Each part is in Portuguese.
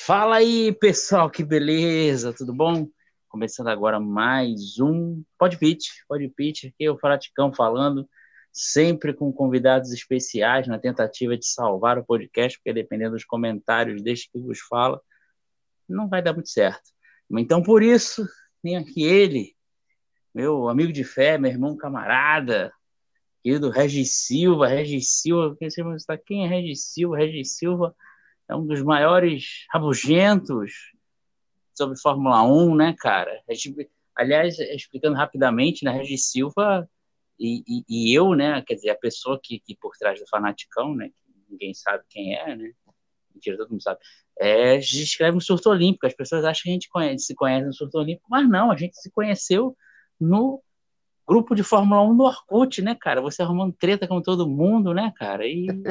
Fala aí, pessoal, que beleza, tudo bom? Começando agora mais um Pode Pitch, aqui é o Faraticão falando, sempre com convidados especiais na tentativa de salvar o podcast, porque dependendo dos comentários deste que vos fala, não vai dar muito certo. Então, por isso, tem aqui ele, meu amigo de fé, meu irmão camarada, querido Regis Silva, quem é Regis Silva? Regis Silva é um dos maiores rabugentos sobre Fórmula 1, né, cara? Aliás, explicando rapidamente, né, Regis Silva e eu, né, quer dizer, a pessoa que por trás do Fanaticão, né, que ninguém sabe quem é, né, mentira, todo mundo sabe, escreve um surto olímpico. As pessoas acham que a gente se conhece no surto olímpico, mas não, a gente se conheceu no grupo de Fórmula 1 do Orkut, né, cara? Você arrumando treta com todo mundo, né, cara? E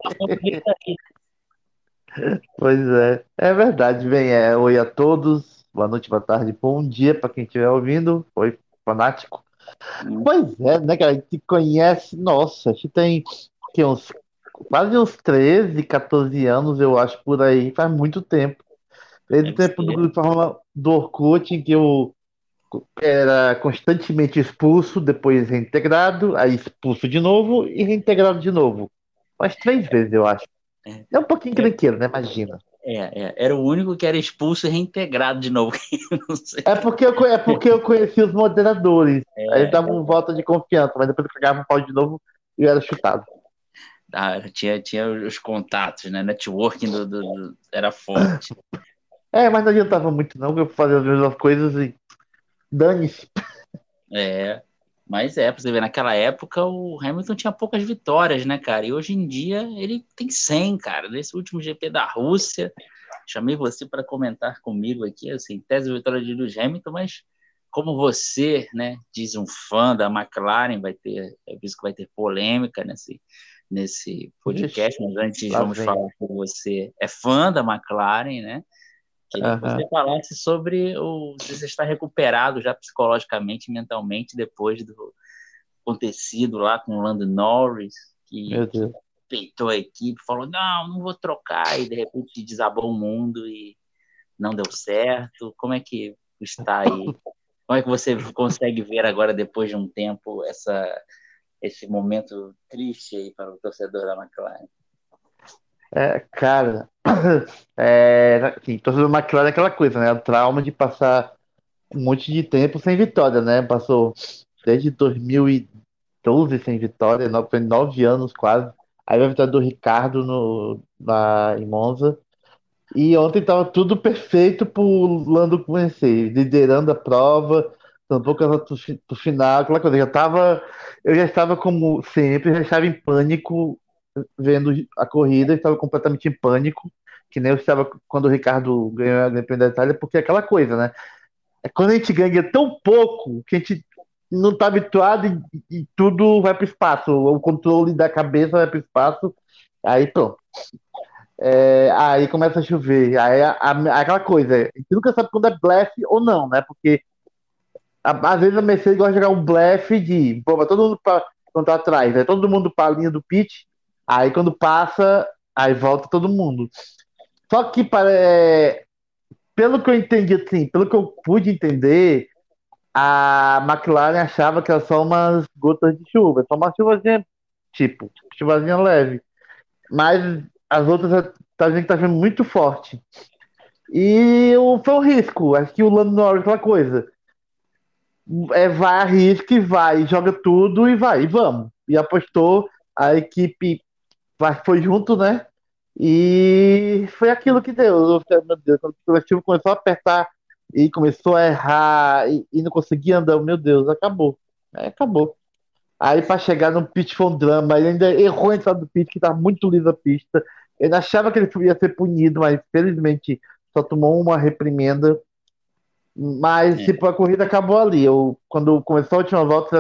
Pois é verdade. Oi a todos, boa noite, boa tarde, bom dia para quem estiver ouvindo. Oi, fanático. Pois é, né, cara? A gente conhece, nossa, a gente tem que, quase uns 13, 14 anos, eu acho, por aí, faz muito tempo. Desde o deve tempo do ser. grupo do Orkut, em que eu era constantemente expulso, depois reintegrado, aí expulso de novo e reintegrado de novo. Umas 3 vezes, eu acho. É, É um pouquinho é, crenqueiro, né? Imagina. era o único que era expulso e reintegrado de novo. Não sei. É porque eu conheci os moderadores. Aí É, davam um voto de confiança, mas depois eu pegava o pau de novo e eu era chutado. tinha os contatos, né? Networking era forte. Mas não adiantava muito, não, eu fazia as mesmas coisas e dane-se. É, mas pra você ver, naquela época o Hamilton tinha poucas vitórias, né, cara? E hoje em dia ele tem 100, cara. Nesse último GP da Rússia, chamei você para comentar comigo aqui, assim, tese vitória de Lewis Hamilton, mas como você, né, diz um fã da McLaren, é visto que vai ter polêmica nesse Vixe, podcast, mas antes lá vamos vem. falar que você é fã da McLaren, né? Queria que Aham. você falasse sobre se você está recuperado já psicologicamente e mentalmente depois do acontecido lá com o Lando Norris, Meu que Deus. peitou a equipe, falou, não vou trocar, e de repente desabou o mundo e não deu certo. Como é que está aí? Como é que você consegue ver agora, depois de um tempo, esse momento triste aí para o torcedor da McLaren? Cara, assim, torcedor do McLaren é aquela coisa, né? O trauma de passar um monte de tempo sem vitória, né? Passou desde 2012 sem vitória, foi 9 anos quase. Aí a vitória do Ricardo em Monza. E ontem estava tudo perfeito pro Lando vencer, liderando a prova, tampouco pro final, aquela coisa. Eu já estava como sempre, já estava em pânico vendo a corrida, estava completamente em pânico, que nem eu estava quando o Ricardo ganhou a Grande Prêmio da Itália, porque é aquela coisa, né? É quando a gente ganha tão pouco que a gente não está habituado e tudo vai para o espaço, o controle da cabeça vai para o espaço, aí pronto. Aí começa a chover. Aquela coisa, a gente nunca sabe quando é blefe ou não, né? Porque às vezes a Mercedes gosta de jogar um blefe de, pô, vai todo mundo quando tá atrás, né? Todo mundo pra linha do pit, aí quando passa, aí volta todo mundo. Só que, pelo que eu entendi, assim, pelo que eu pude entender, a McLaren achava que era só umas gotas de chuva, só uma chuvazinha, tipo, chuvazinha leve. Mas as outras tá dizendo que tá sendo muito forte. Foi um risco. Acho que o Lando Norris, aquela coisa. Vai, arrisca e vai, joga tudo e vai, e vamos. E apostou, a equipe foi junto, né? E foi aquilo que deu. Meu Deus, quando o coletivo começou a apertar e começou a errar e não conseguia andar, meu Deus, acabou. Acabou. Aí para chegar no pit foi um drama, ele ainda errou a entrada do pit, que estava muito lisa a pista. Ele achava que ele ia ser punido, mas felizmente só tomou uma reprimenda. Mas, É, tipo, a corrida acabou ali. Quando começou a última volta,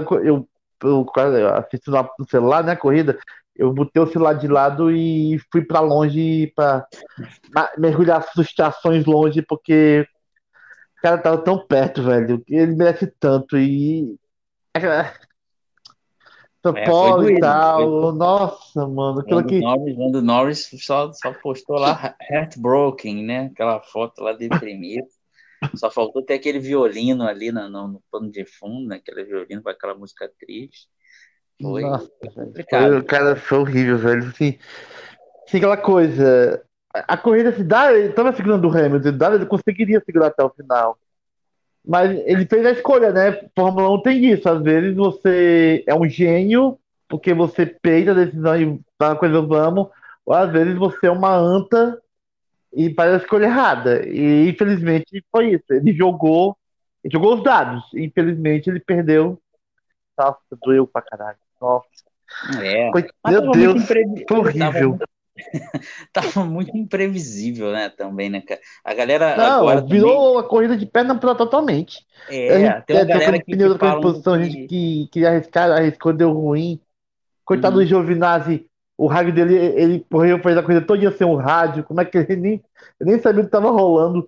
eu assisti no celular, né, a corrida, eu botei o celular de lado e fui para longe para mergulhar frustrações longe, porque o cara tava tão perto, velho. Ele merece tanto. Foi Polo e doído. tal. Nossa, mano, aquilo que. Lando Norris só postou lá Heartbroken, né? Aquela foto lá deprimido. Só faltou ter aquele violino ali no pano de fundo, né? Aquele violino com aquela música triste. Nossa, Foi velho. Foi, complicado. cara, foi horrível, velho. Assim, aquela coisa. A corrida, assim, ele tava segurando o Hamilton, ele conseguiria segurar até o final. Mas ele fez a escolha, né? Fórmula 1 tem isso. Às vezes você é um gênio porque você peita a decisão e tá na coisa vamos, ou às vezes você é uma anta e faz a escolha errada. E infelizmente foi isso. Ele jogou os dados. Infelizmente ele perdeu. Nossa, doeu pra caralho. Nossa, Mas meu Deus, foi tava, horrível. tava muito imprevisível, né? Também, né, cara? A galera agora Não, também. virou a corrida de perna pra totalmente. A gente Tem uma galera trocando pneu, que trocando de falam posição, a gente que. que queria arriscar, arriscou, deu ruim. Coitado do Uhum, Giovinazzi, o rádio dele, ele correu, fez a corrida toda sem um rádio. Como é que ele nem sabia o que estava rolando?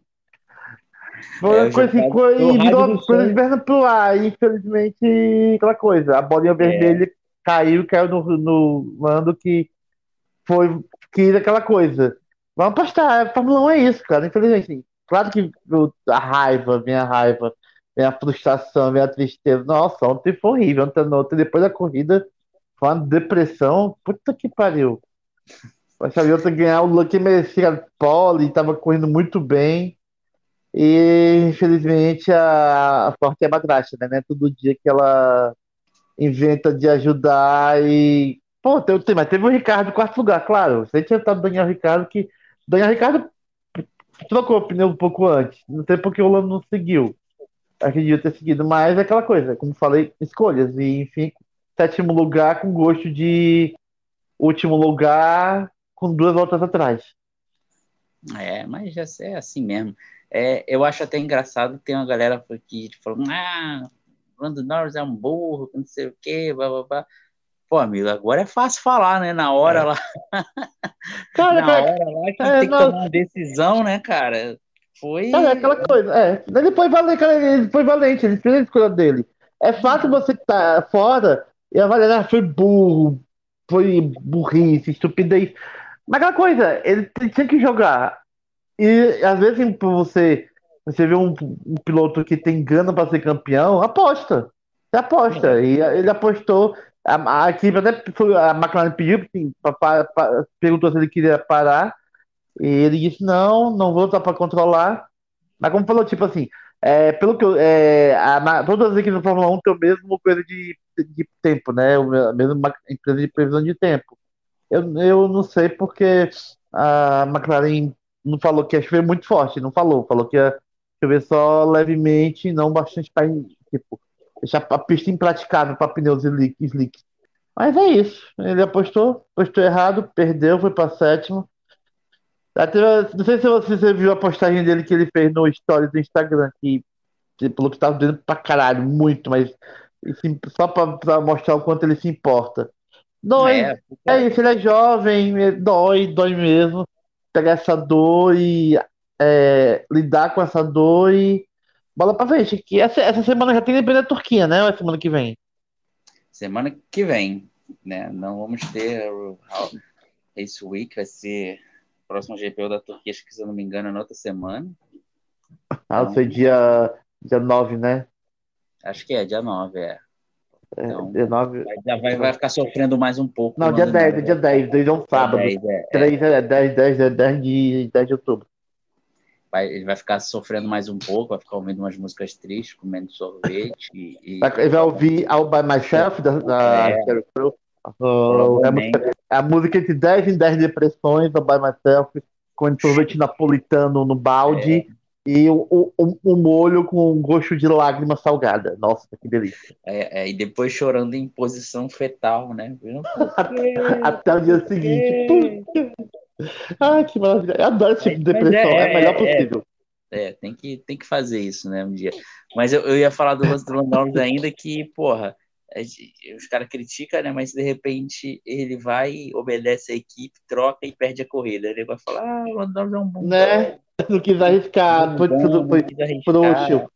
Foi uma o coisa assim, Giovinazzi foi o e virou rádio do uma coisa de sonho. perna pro ar. E, infelizmente, aquela coisa, a bolinha É, vermelha caiu no mando que foi que aquela coisa. Vamos apostar, a Fórmula 1 é isso, cara. Infelizmente, assim, claro que a raiva, vem a frustração, vem a tristeza. Nossa, ontem foi horrível. Ontem, depois da corrida, foi uma depressão. Puta que pariu. O Xavier ganhar o Lucky merecia a pole, estava correndo muito bem. E infelizmente a sorte é madrasta, né? Não é todo dia que ela inventa de ajudar e. Pô, mas teve o Ricardo em quarto lugar, claro. Se a gente tinha estado Daniel Ricardo, que. Daniel Ricardo trocou o pneu um pouco antes. Não sei porque o Lando não seguiu. Acredito ter seguido, mas é aquela coisa, como falei, escolhas. E enfim, sétimo lugar com gosto de último lugar com duas voltas atrás. mas já é assim mesmo. Eu acho até engraçado que tem uma galera que falou: Lando Norris é um burro, não sei o quê, blá blá blá. Pô, amigo, agora é fácil falar, né? Cara, Na cara, hora lá que tem que tomar uma decisão, né, cara? cara, é Foi. aquela coisa. Ele foi valente, cara, ele foi valente, ele fez a escolha dele. É fácil você estar fora e avaliar, foi burro, foi burrice, estupidez. Mas aquela coisa, ele tinha que jogar. E às vezes você vê um piloto que tem gana para ser campeão, aposta. Você aposta. É, E ele apostou. A equipe até a McLaren pediu, assim, perguntou se ele queria parar. E ele disse: não vou estar para controlar. Mas como falou, tipo assim, pelo que todas as equipes da Fórmula 1 têm a mesma coisa de tempo, né? A mesma empresa de previsão de tempo. Eu não sei porque a McLaren não falou que ia chover muito forte, não falou que ia chover só levemente, não bastante para, tipo, deixar a pista impraticável para pneus slick. Mas é isso, ele apostou errado, perdeu, foi para sétimo. Não sei se você viu a postagem dele que ele fez no story do Instagram, que falou que tava doendo pra caralho, muito, mas só pra mostrar o quanto ele se importa. Dói. É fica. isso, ele é jovem, dói mesmo. Pegar essa dor e lidar com essa dor e bola pra frente. Que essa semana já tem Grande da Turquia, né? Ou é semana que vem? Semana que vem, né? Não vamos ter Race Week, vai ser o próximo GP da Turquia, acho que se eu não me engano, é na outra semana. Ah, Então, foi dia 9, né? acho que é dia 9, é. Então, Dia 9. vai ficar sofrendo mais um pouco o Não, dia Lando 10, Norris. dia 10, 2 é um Dia sábado. 10, 3 é 10 de outubro. ele vai ficar sofrendo mais um pouco, vai ficar ouvindo umas músicas tristes, comendo sorvete Ele vai ouvir All By Myself da é, Sheryl Crow. É provavelmente. a música entre 10 em 10 depressões, All By Myself, com sorvete napolitano no balde e um molho com gosto de lágrima salgada. Nossa, que delícia. E depois chorando em posição fetal, né? Por quê? Até o dia Por seguinte. quê? Ai, que maravilha. Eu adoro esse tipo de Mas depressão. É o melhor possível. tem que fazer isso, né, um dia. Mas eu ia falar do lance do Lando Norris ainda que, porra, os caras criticam, né, mas de repente ele vai, obedece a equipe, troca e perde a corrida. Ele vai falar, o Lando Norris é um Né? bundão, Não quis arriscar. não Foi quis arriscar. frouxo.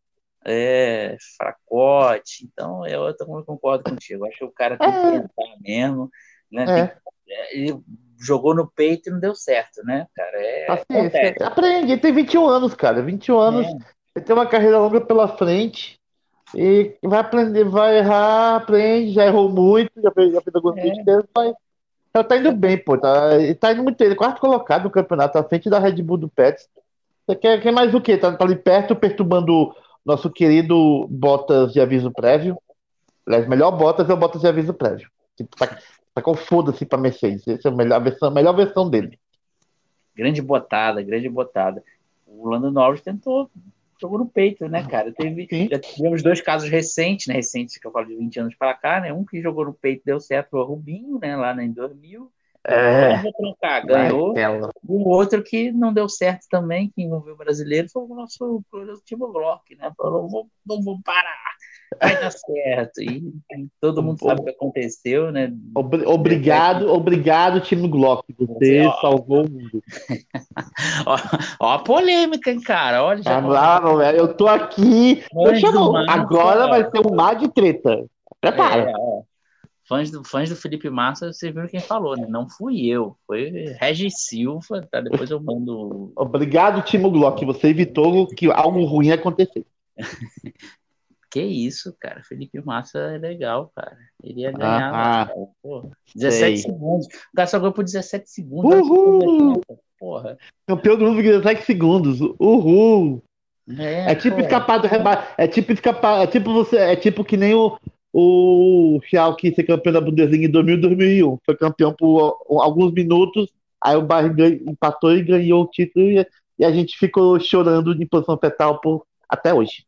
fracote. Então, eu também concordo contigo. Acho que o cara tem que É, tentar mesmo, né? é, Ele jogou no peito e não deu certo, né, cara? paciência. Acontece. Aprende, ele tem 21 anos, cara. 21 anos, É, ele tem uma carreira longa pela frente. E vai aprender, vai errar, aprende, já errou muito, já fez algumas é, besteiras, mas tá indo bem, pô. Tá indo muito bem. Ele é quarto colocado no campeonato, à frente da Red Bull do Pérez. Você quer mais o quê? Tá ali perto, perturbando o nosso querido Bottas de aviso prévio. Aliás, melhor Bottas é o Bottas de aviso prévio. Tipo, tá com foda-se pra Mercedes. Essa é a melhor versão dele. grande botada, grande botada. O Lando Norris tentou, jogou no peito, né, cara? Sim. Já tivemos dois casos recentes, né? Recentes que eu falo de 20 anos para cá, né? Um que jogou no peito deu certo foi o Rubinho, né? Lá em 2000. É, Vou trocar, ganhou. naquela. E o outro que não deu certo também, que envolveu o brasileiro, foi o nosso Timo Glock, né? Falou, não vou parar, vai dar certo. E todo mundo sabe o que aconteceu, né? Obrigado, obrigado, time Glock. Você Ó, salvou o mundo. ó, ó a polêmica, hein, cara? Olha, já Ah, começa não, velho, eu tô aqui. Deus fãs do chamou. Massa, Agora vai ó, ser um mar de treta. Prepara. ó, fãs do Felipe Massa, você viu quem falou, né? Não fui eu, foi Regis Silva, tá? Depois eu mando. Obrigado, Timo Glock. Você evitou que algo ruim acontecesse. Que isso, cara? Felipe Massa é legal, cara. Ele ia ganhar lá, Ah, cara. Porra. 17 sei. segundos. O cara só ganhou por 17 segundos. Olha que Uhul! conversa. Porra. Campeão do mundo em 17 segundos. Uhul! É tipo Porra. escapar do rebate. É tipo escapar. É tipo você. É tipo que nem o Schalke ser campeão da Bundesliga em 2000 e 2001. Foi campeão por alguns minutos. Aí o Bayern empatou e ganhou o título. E a gente ficou chorando em posição fetal até hoje.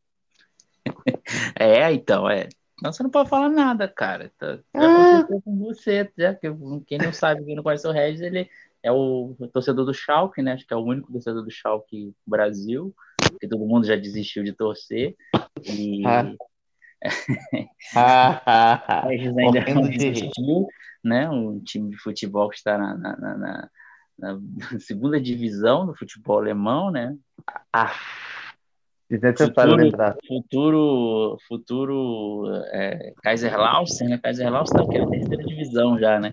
Então, é. Não, você não pode falar nada, cara. Já Ah, aconteceu com você, já que quem não sabe, quem não conhece o Regis, ele é o torcedor do Schalke, né? Acho que é o único torcedor do Schalke no Brasil, que todo mundo já desistiu de torcer. ah, E o ah. Regis ainda não Morrendo de rir. desistiu, né? Um time de futebol que está na segunda divisão do futebol alemão, né? Ah, desnecessário Futuro, lembrar. Kaiserslautern, né? Kaiserslautern está aqui na terceira divisão já, né?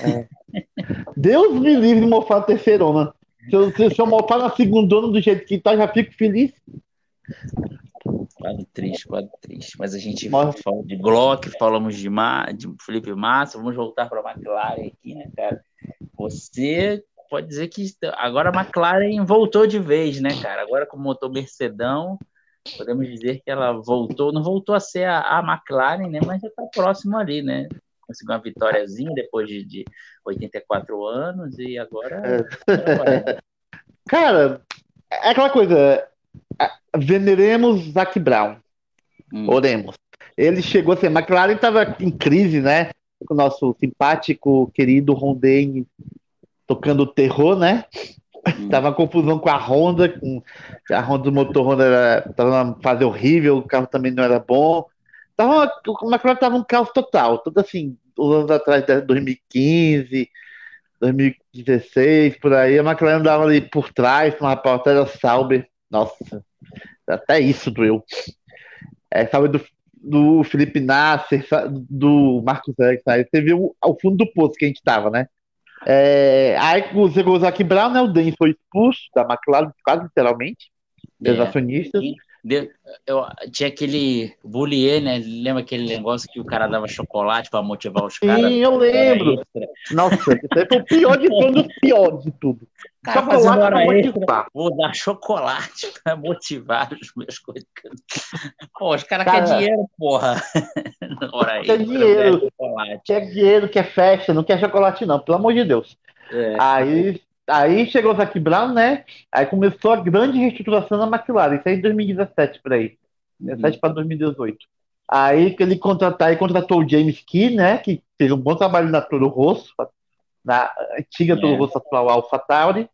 Deus me livre de mofar a terceirona. Se eu mofar na segundona do jeito que tá, já fico feliz. Quadro triste, quadro triste. Mas a gente Mas, falou de Glock, falamos de Felipe Massa, vamos voltar para a McLaren aqui, né, cara? Você pode dizer que agora a McLaren voltou de vez, né, cara? Agora com o motor Mercedão, podemos dizer que ela voltou, não voltou a ser a McLaren, né? Mas já está próximo ali, né? Conseguiu uma vitóriazinha depois de 84 anos e agora vai. cara, é aquela coisa. Veneremos Zac Brown. Hum, Oremos. Ele chegou assim, a McLaren estava em crise, né? Com o nosso simpático, querido Rondaine tocando terror, né? hum. Tava uma confusão com a Honda, a Honda do motor Honda tava numa fase horrível, o carro também não era bom. O McLaren tava um caos total, tudo assim, os anos atrás, de 2015, 2016, por aí, a McLaren andava ali por trás, uma porta era Sauber. Nossa, até isso doeu. Sauber do Felipe Nasser, do Marcos Rex, aí você viu o fundo do poço que a gente tava, né? Aí o Zac Brown, né? O Dan foi expulso da McLaren, quase literalmente, pelos É. acionistas. E tinha aquele Bullier, né? Lembra aquele negócio que o cara dava chocolate para motivar os caras? Sim, eu Hora lembro. extra. Nossa, isso aí foi o pior de todos, os piores de tudo. Cara, fazendo Chocolate pra hora extra, motivar. vou dar chocolate para motivar os meus coitados. Pô, os caras querem Cara, dinheiro, porra. Hora quer extra, eu ganho dinheiro, chocolate. quer dinheiro, quer festa, não quer chocolate, não, pelo amor de Deus. É. Aí chegou o Zac Brown, né? Aí começou a grande reestruturação da McLaren. Isso aí em 2017, por aí. 17 Uhum. para 2018. Aí que ele contratou o James Key, né? Que fez um bom trabalho na Toro Rosso, na antiga Toro É. Rosso, atual AlphaTauri.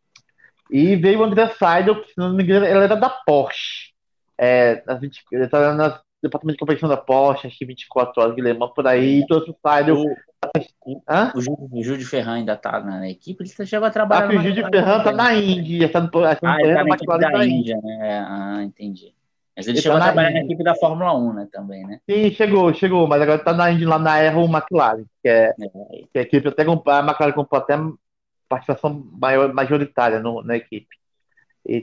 E veio o André Seidel, que se não me engano, ela era da Porsche. Ele estava no departamento de competição da Porsche, acho que 24 horas de Le Mans por aí, e trouxe o Seidel. O, o, Hã? o Júlio Ferran ainda tá na equipe, ele chegou a Acho trabalhar que o na Gil de McLaren Ferran tá também. na Indy, está no Ah, ele tá terreno na da equipe McLaren da da Indy. Índia, né? Ah, entendi. Mas ele Ele tá chegou a na trabalhar na Indy. equipe da Fórmula 1, né, também, né? Sim, chegou, mas agora tá na Indy lá na Aero McLaren, É, que a equipe até comprou, a McLaren comprou até participação majoritária na equipe. E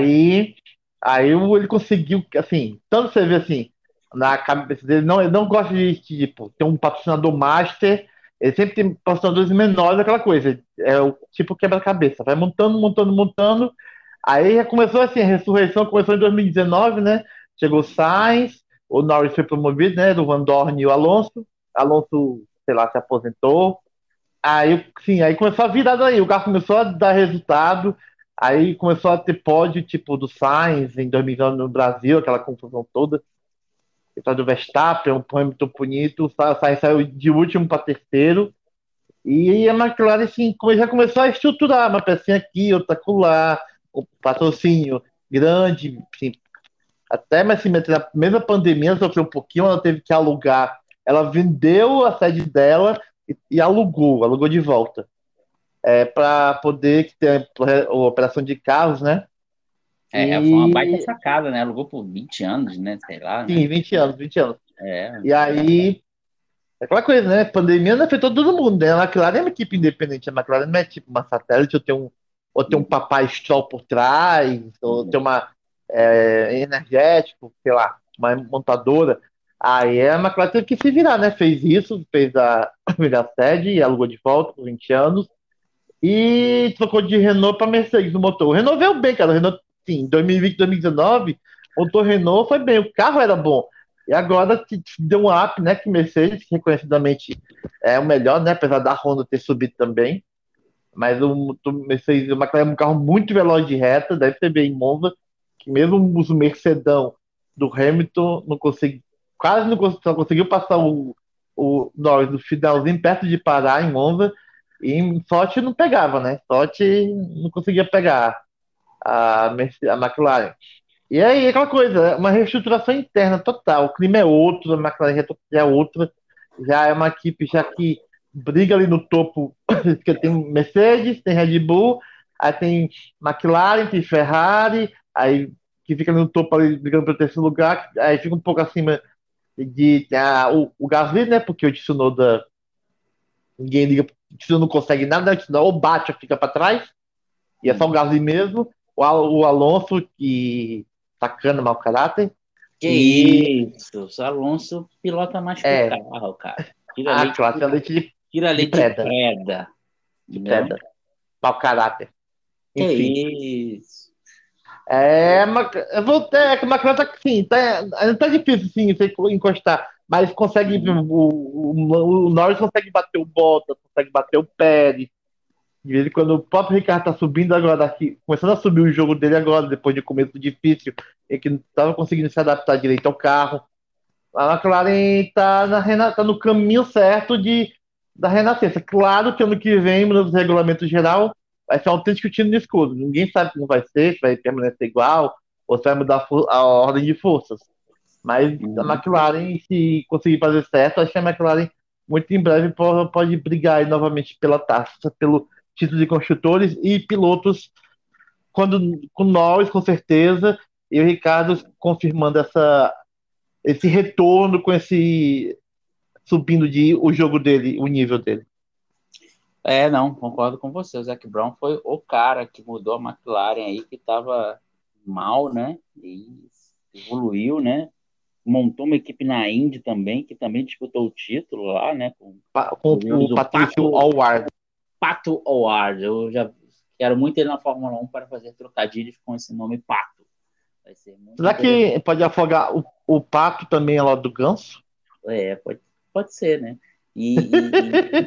ele conseguiu, assim, tanto você vê assim, na cabeça dele, não, ele não gosta de, tipo, ter um patrocinador master, ele sempre tem patrocinadores menores, aquela coisa, é o tipo quebra-cabeça, vai montando, montando, montando, aí já começou assim, a ressurreição começou em 2019, né, chegou o Sainz, o Norris foi promovido, né, do Van Dorn e o Alonso, sei lá, se aposentou, aí, sim, aí começou a virar daí, o carro começou a dar resultado, aí começou a ter pódio, tipo, do Sainz em 2009 no Brasil, aquela confusão toda, vitória do Verstappen, um Hamilton bonito, o Sainz saiu de último para terceiro, e a McLaren, assim, já começou a estruturar, uma pecinha aqui, outra acolá, o patrocínio grande, assim, até mas assim, na mesma pandemia ela sofreu um pouquinho, ela teve que alugar, ela vendeu a sede dela e alugou de volta para poder ter a operação de carros, né? foi uma baita E sacada, né? Alugou por 20 anos, né? Sei lá, né? sim, 20 anos, 20 anos. É, E aí, é aquela coisa, né? Pandemia não afetou todo mundo, né? A McLaren é uma equipe independente, a McLaren não é tipo uma satélite ou tem um papai Stroll por trás, ou tem uma energético, sei lá, uma montadora. Aí a McLaren teve que se virar, né? Fez isso, fez a sede e alugou de volta por 20 anos. E trocou de Renault para Mercedes no motor. O Renault veio bem, cara. O Renault, sim, em 2020, 2019, o motor Renault foi bem, o carro era bom. E agora deu um up, né? Que Mercedes, que reconhecidamente é o melhor, né? Apesar da Honda ter subido também. Mas o Mercedes, o McLaren é um carro muito veloz de reta, deve ser bem em Monza, que mesmo o Mercedão do Hamilton não consegui, quase não conseguiu, só conseguiu passar o Norris no finalzinho, perto de parar em Monza, e sorte não pegava, né? Sorte não conseguia pegar a McLaren. E aí, aquela coisa, uma reestruturação interna total. O clima é outro, a McLaren já é outra, já é uma equipe já que briga ali no topo, que tem Mercedes, tem Red Bull, aí tem McLaren, tem Ferrari, aí que fica no topo ali brigando pelo terceiro lugar, aí fica um pouco acima o Gasly, né? Porque o Tsunoda, ninguém liga, o Tsunoda não consegue nada, o Tsunoda ou bate ou fica para trás, e é só o Gasly mesmo. O Alonso, que sacana, mau caráter. que E isso? O Alonso pilota mais que o é, carro, cara. Tira a leite, classe é leite tira de leite de preda, pedra, de entendeu? preda, mau caráter. Que Enfim. isso? Eu vou ter, que a McLaren tá, sim, ainda tá difícil sim, você encostar, mas consegue, Uhum. o Norris consegue bater o Bottas, consegue bater o Pérez, de vez em quando o próprio Ricardo tá subindo agora aqui, começando a subir o jogo dele agora, depois de um começo difícil, e que não estava conseguindo se adaptar direito ao carro. A McLaren tá no caminho certo da renascença. Claro que ano que vem, no regulamento geral, vai ser um autêntico tiro no escuro. Ninguém sabe como vai ser, se vai permanecer igual, ou se vai mudar a ordem de forças. Mas a Uhum. McLaren, se conseguir fazer certo, acho que a McLaren muito em breve pode brigar aí novamente pela taça, pelo título de construtores e pilotos, com nós, com certeza, e o Ricardo confirmando esse retorno com esse subindo o jogo dele, o nível dele. É, não, concordo com você. O Zac Brown foi o cara que mudou a McLaren aí, que estava mal, né? E evoluiu, né? Montou uma equipe na Indy também, que também disputou o título lá, né? Com Com o o Patrício Allward. Pato O'Ward. Eu já quero muito ele na Fórmula 1 para fazer trocadilhos com esse nome Pato. Vai ser muito Será interessante. que pode afogar o Pato também lá do Ganso? É, pode ser, né? E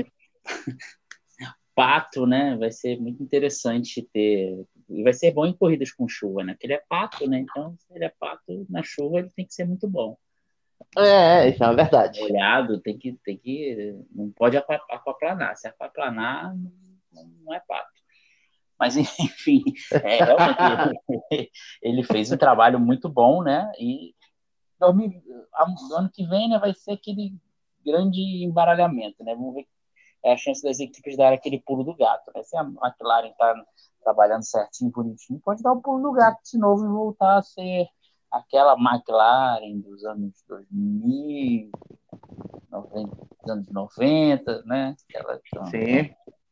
Pato, né? Vai ser muito interessante ter. E vai ser bom em corridas com chuva, né? Porque ele é pato, né? Então, se ele é pato na chuva, ele tem que ser muito bom. Isso é uma verdade. Molhado, não pode aquaplanar. Se aquaplanar, não é pato. Mas, enfim, realmente ele fez um trabalho muito bom, né? E 2000, ano que vem, né, vai ser aquele grande embaralhamento, né? Vamos ver a chance das equipes darem aquele pulo do gato, né? Se a McLaren está trabalhando certinho, bonitinho, pode dar o pulo do gato de novo e voltar a ser aquela McLaren dos anos 2000, 90, dos anos 90, né? Sim.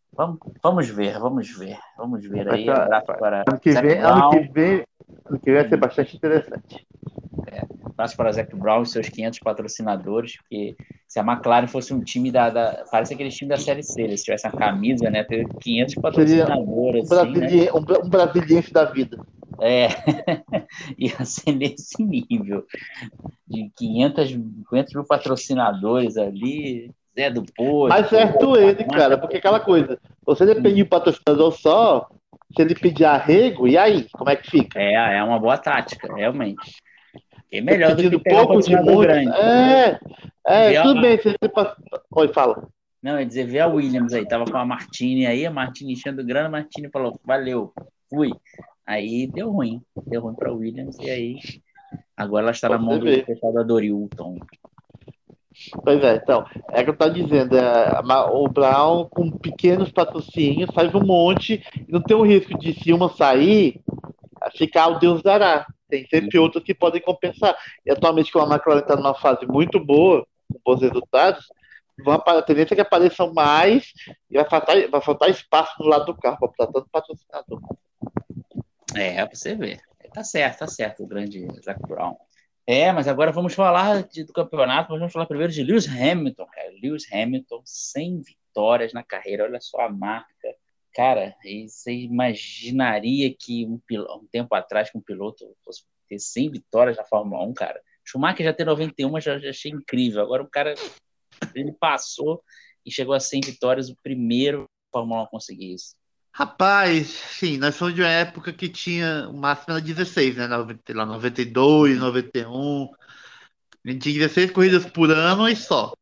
Vamos ver Vai aí. ser, Abraço para ano que Zac vem, ano que Brown. vem, ano que vem vai ser bastante interessante. Abraço para Zac Brown e seus 500 patrocinadores, porque se a McLaren fosse um time parece aquele time da Série C, né? Se tivesse uma camisa, né? Ter 500 Seria patrocinadores, assim, né? um brasiliense da vida. É, ia ser nesse nível, de 500 mil patrocinadores ali, Zé do Mas Posto, certo ele, marca. cara, porque aquela coisa, você depende de um patrocinador só, se ele pedir arrego, e aí? Como é que fica? É uma boa tática, realmente. É Você melhor do que pedindo pegar um pouco de patrocinador muito. grande. Tudo bem, Oi, fala. Não, ia dizer, vê a Williams aí, tava com a Martini aí, a Martini enchendo grana, a Martini falou, valeu, fui. Aí deu ruim pra Williams, e aí agora ela está na mão Você do vê. pessoal da Dorilton. Pois é, então, é o que eu tô dizendo, o Brown com pequenos patrocínios faz um monte e não tem o risco de se uma sair, ficar o Deus dará. Tem sempre outras que podem compensar. E atualmente, como a McLaren está numa fase muito boa, com bons resultados, a tendência é que apareçam mais e vai faltar espaço no lado do carro para botar tanto patrocinador. Pra você ver. Tá certo, o grande Zac Brown. Mas agora vamos falar do campeonato, mas vamos falar primeiro de Lewis Hamilton, cara. Lewis Hamilton, 100 vitórias na carreira, olha só a marca. Cara, e você imaginaria que um tempo atrás que um piloto fosse ter 100 vitórias na Fórmula 1, cara? Schumacher já tem 91, mas já achei incrível. Agora o cara, ele passou e chegou a 100 vitórias, o primeiro Fórmula 1 a conseguir isso. Rapaz, sim, nós somos de uma época que tinha o máximo era 16, né? 92, 91. A gente tinha 16 corridas por ano e só.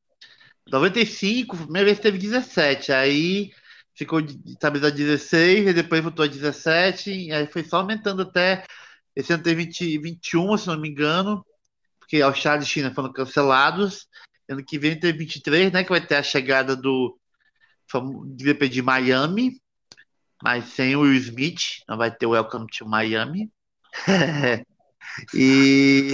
95, primeira vez teve 17, aí ficou estabilizado 16, e depois voltou a 17, e aí foi só aumentando até esse ano tem 20, 21, se não me engano, porque a Austrália e China foram cancelados. Ano que vem tem 23, né? Que vai ter a chegada do GP de Miami, mas sem o Will Smith, não vai ter o Welcome to Miami. E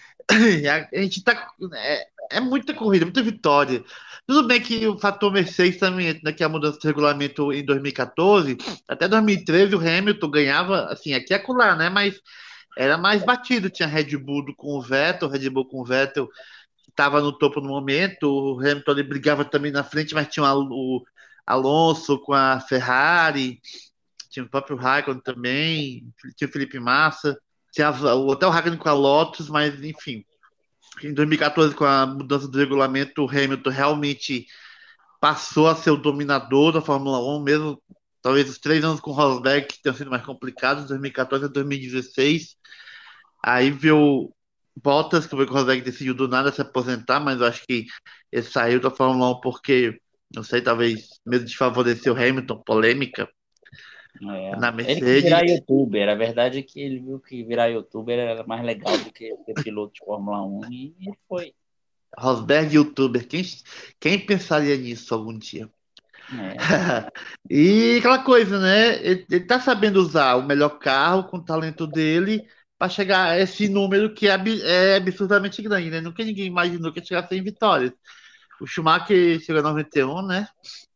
a gente tá. É muita corrida, muita vitória. Tudo bem que o fator Mercedes também entra, né, que é a mudança de regulamento em 2014. Até 2013 o Hamilton ganhava, assim, aqui e acolá, né? Mas era mais batido. Tinha Red Bull com o Vettel, Red Bull com o Vettel, que estava no topo no momento. O Hamilton ele brigava também na frente, mas tinha o Alonso com a Ferrari, tinha o próprio Raikkonen também, tinha o Felipe Massa. Tinha até o Hakkinen com a Lotus, mas enfim. Em 2014, com a mudança do regulamento, o Hamilton realmente passou a ser o dominador da Fórmula 1, mesmo talvez os 3 anos com o Rosberg que tenham sido mais complicados, 2014 a 2016. Aí viu Bottas, que foi que o Rosberg decidiu do nada se aposentar, mas eu acho que ele saiu da Fórmula 1 porque, não sei, talvez medo de favorecer o Hamilton, polêmica na Ele quis virar Mercedes. youtuber. A verdade é que ele viu que virar youtuber era mais legal do que ser piloto de Fórmula 1 e ele foi. Rosberg, youtuber, quem pensaria nisso algum dia? É, E aquela coisa, né? Ele tá sabendo usar o melhor carro com o talento dele para chegar a esse número que é absurdamente grande, né? Nunca ninguém imaginou que ia chegar a 100 vitórias. O Schumacher chegou a 91, né?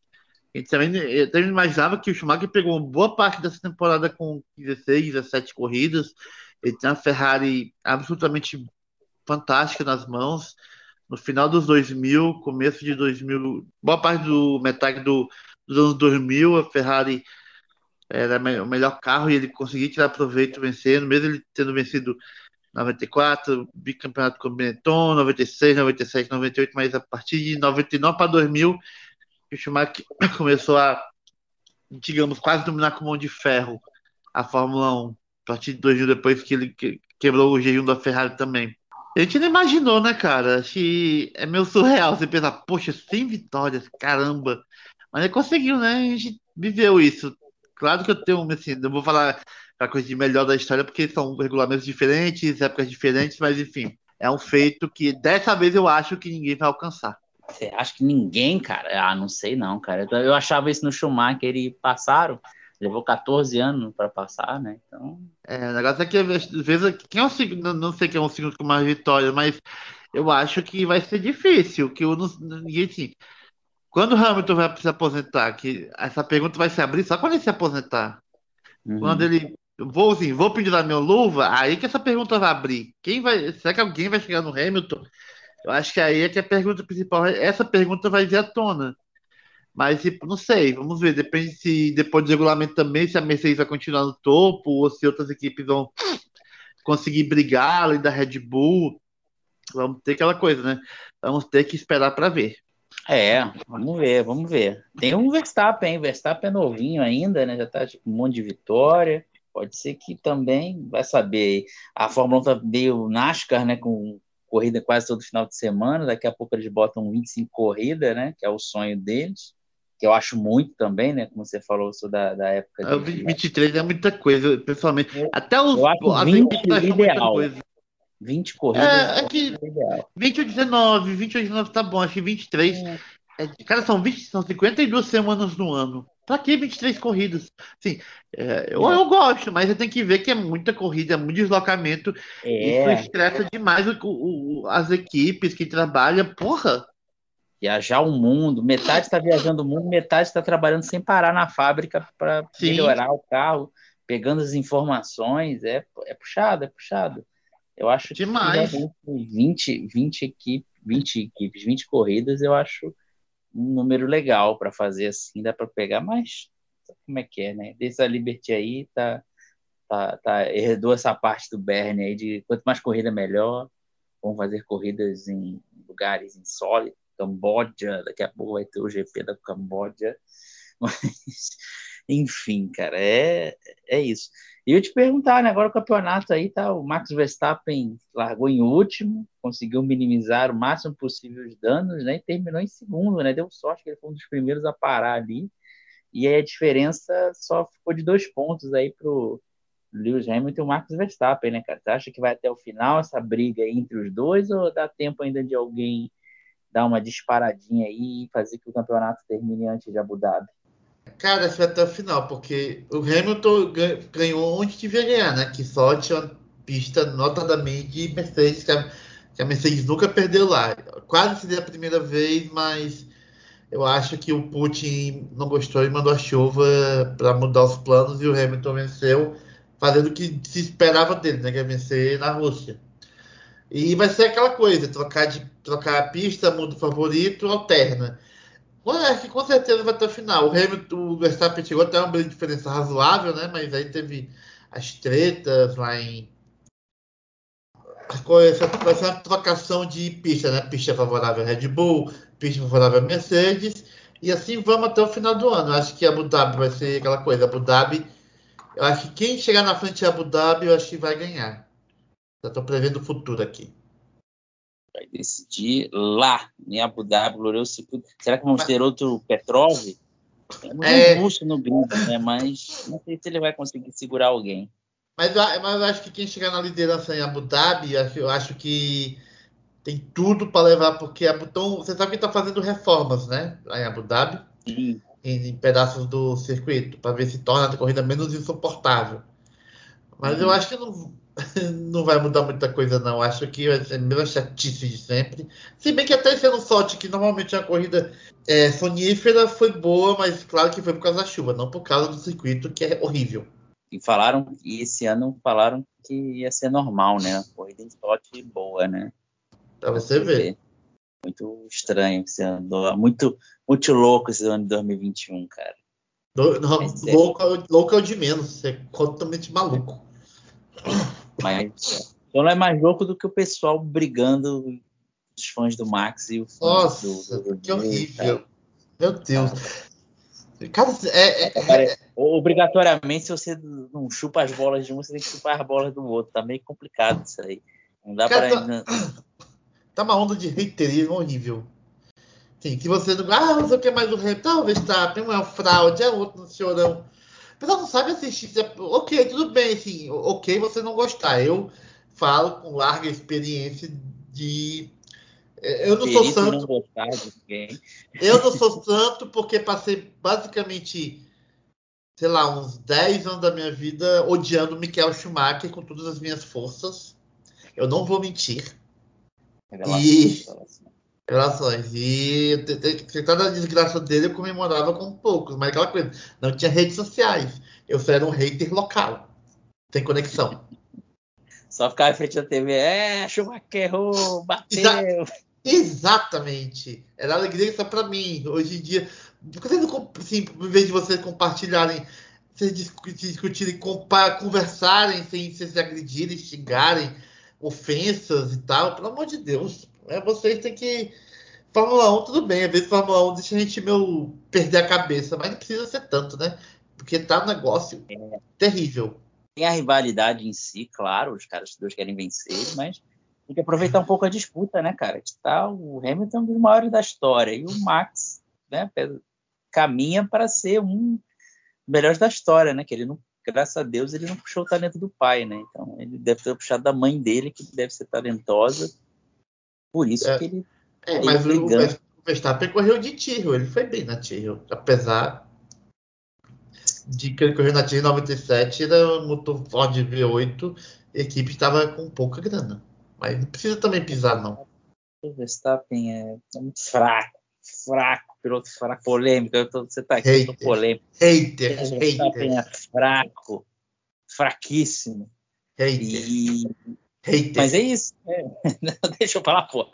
Eu também imaginava que o Schumacher pegou uma boa parte dessa temporada com 16, 17 corridas. Ele tem uma Ferrari absolutamente fantástica nas mãos. No final dos 2000, começo de 2000, boa parte do metade dos anos 2000, a Ferrari era o melhor carro e ele conseguia tirar proveito vencendo, mesmo ele tendo vencido 94, bicampeonato com o Benetton, 96, 97, 98, mas a partir de 99 para 2000, o Schumacher começou a, digamos, quase dominar com mão de ferro a Fórmula 1. A partir de 2000, depois que ele quebrou o jejum da Ferrari também. A gente não imaginou, né, cara? Acho que é meio surreal você pensar, poxa, 100 vitórias, caramba. Mas ele conseguiu, né? A gente viveu isso. Claro que eu tenho, assim, não vou falar a coisa de melhor da história, porque são regulamentos diferentes, épocas diferentes, mas enfim, é um feito que dessa vez eu acho que ninguém vai alcançar. você acha que ninguém, cara? Ah, não sei não, cara. Eu achava isso no Schumacher e passaram. levou 14 anos para passar, né? Então, O negócio é que, às vezes, quem é o segundo, não sei quem é o segundo com mais vitórias, mas eu acho que vai ser difícil, que eu não, ninguém, assim, quando o Hamilton vai se aposentar, que essa pergunta vai se abrir só quando ele se aposentar. Quando uhum. ele, vou pendurar minha luva, aí que essa pergunta vai abrir. Será que alguém vai chegar no Hamilton? Eu acho que aí é que a pergunta principal, essa pergunta vai vir à tona. Mas, tipo, não sei, vamos ver. Depende se depois do regulamento também, se a Mercedes vai continuar no topo ou se outras equipes vão conseguir brigar além da Red Bull. Vamos ter aquela coisa, né? Vamos ter que esperar para ver. Vamos ver, vamos ver. Tem um Verstappen, hein? Verstappen é novinho ainda, né? Já tá tipo, um monte de vitória. Pode ser que também, vai saber. A Fórmula 1 tá meio NASCAR, né? Com corrida quase todo final de semana. Daqui a pouco eles botam 25 corridas, né? Que é o sonho deles. Que eu acho muito também, né? Como você falou, eu sou da época O de. 23 é muita coisa, pessoalmente. Até Eu acho as 20 equipes o acham muita ideal. coisa. 20 corridas É eu acho que o ideal. 20 ou 19, 20 ou 19 tá bom, acho que 23. Cara, são 52 semanas no ano. Pra que 23 corridas? Sim, eu gosto, mas você tem que ver que é muita corrida, é muito deslocamento. Isso É, estressa demais as equipes que trabalham. Porra! viajar o mundo, metade está viajando o mundo, metade está trabalhando sem parar na fábrica para Sim, melhorar o carro, pegando as informações, é puxado, é puxado. Eu acho que demais. realmente 20 equipes, 20 corridas, eu acho um número legal para fazer assim, dá para pegar, mas sabe como é que é, né? Dessa Liberty aí herdou essa parte do Bernie aí de quanto mais corrida melhor, vão fazer corridas em lugares insólitos, Camboja, daqui a pouco vai ter o GP da Camboja. Mas, enfim, cara, é isso. E eu te perguntar, né? Agora o campeonato aí tá. O Max Verstappen largou em último, conseguiu minimizar o máximo possível os danos, né? E terminou em segundo, né? Deu sorte que ele foi um dos primeiros a parar ali. E aí a diferença só ficou de 2 pontos aí pro Lewis Hamilton e o Max Verstappen, né, cara? Você acha que vai até o final essa briga aí entre os dois ou dá tempo ainda de alguém dar uma disparadinha aí e fazer que o campeonato termine antes de Abu Dhabi? Cara, esse vai até o final, porque o Hamilton ganhou onde devia ganhar, né? Que só tinha uma pista notadamente de Mercedes, que a Mercedes nunca perdeu lá. Quase seria a primeira vez, mas eu acho que o Putin não gostou e mandou a chuva para mudar os planos e o Hamilton venceu, fazendo o que se esperava dele, né? Que é vencer na Rússia. E vai ser aquela coisa, trocar a pista, muda o favorito, alterna. Acho que com certeza vai até o final. O Hamilton, o Verstappen chegou até uma diferença razoável, né? Mas aí teve as tretas lá em. Vai ser uma trocação de pista, né? Pista favorável à Red Bull, pista favorável à Mercedes. E assim vamos até o final do ano. Acho que Abu Dhabi vai ser aquela coisa. Abu Dhabi, eu acho que quem chegar na frente de Abu Dhabi, eu acho que vai ganhar. Já estou prevendo o futuro aqui. Vai decidir lá em Abu Dhabi, glorioso circuito. Será que vamos Mas, ter outro Petrov? Temos um é, russo no grid, né? Mas não sei se ele vai conseguir segurar alguém. mas eu acho que quem chegar na liderança em Abu Dhabi, eu acho que tem tudo para levar, porque você sabe que está fazendo reformas, né? Lá em Abu Dhabi, Sim. em pedaços do circuito, para ver se torna a corrida menos insuportável. Mas eu Uhum. acho que não, não vai mudar muita coisa, não. Acho que vai ser a mesma chatice de sempre. Se bem que até sendo sorte, que normalmente a corrida sonífera foi boa, mas claro que foi por causa da chuva, não por causa do circuito, que é horrível. E esse ano falaram que ia ser normal, né? Corrida em sorte boa, né? Para Pra você você ver. ver. Muito estranho esse ano. Muito, muito louco esse ano de 2021, cara. Não, Mas louco é o de menos. É totalmente maluco. só não é mais louco do que o pessoal brigando, os fãs do Max e os fãs Nossa, do que Lewis, cara. horrível. Meu Deus. Cara, Cara, obrigatoriamente, se você não chupa as bolas de um, você tem que chupar as bolas do outro. Tá meio complicado isso aí. Não dá cara, para. tá uma onda de haterismo horrível. Sim, que você não sei o que mais o rei. Tá, o Verstappen, um é o fraude, é outro no chorão. O pessoal não sabe assistir. Ok, tudo bem, assim, ok você não gostar. Eu falo com larga experiência de. Eu não sou Perito em não santo. gostar de ninguém. Eu não sou santo porque passei basicamente sei lá, uns 10 anos da minha vida odiando Michael Schumacher com todas as minhas forças. Eu não vou mentir. Revelações, E revelações. relações. E cada desgraça dele eu comemorava com poucos, mas aquela coisa, não tinha redes sociais. Eu só era um hater local, sem conexão. Só ficava em frente da TV, Schumacher errou, Exa- bateu. exatamente. Era alegria só pra mim. Hoje em dia, por que vocês não, assim, em vez de vocês compartilharem, vocês discutirem, conversarem sem se agredirem, xingarem, ofensas e tal, pelo amor de Deus. Vocês têm que. Fórmula 1, tudo bem, às vezes Fórmula 1 deixa a gente meio perder a cabeça, mas não precisa ser tanto, né? Porque tá um negócio terrível. Tem a rivalidade em si, claro, os caras todos querem vencer, mas tem que aproveitar um pouco a disputa, né, cara? Que tá o Hamilton é um dos maiores da história e o Max, né, caminha para ser um dos melhores da história, né? Que ele não, graças a Deus, ele não puxou o talento do pai, né? Então ele deve ter puxado da mãe dele, que deve ser talentosa, por isso que É, ele tá aí mas o brigando. Verstappen correu de Tyrrell, ele foi bem na Tyrrell, apesar de que ele correu na Tyrrell em 97, era um motor Ford V8, a equipe estava com pouca grana. Mas não precisa também pisar, não. O Verstappen é muito fraco, piloto fraco, polêmico. Você tá aqui, eu tô Hater, polêmico. hater, O hater, Verstappen é fraco, fraquíssimo. hater, E... hater. Mas é isso. Deixa eu falar, pô.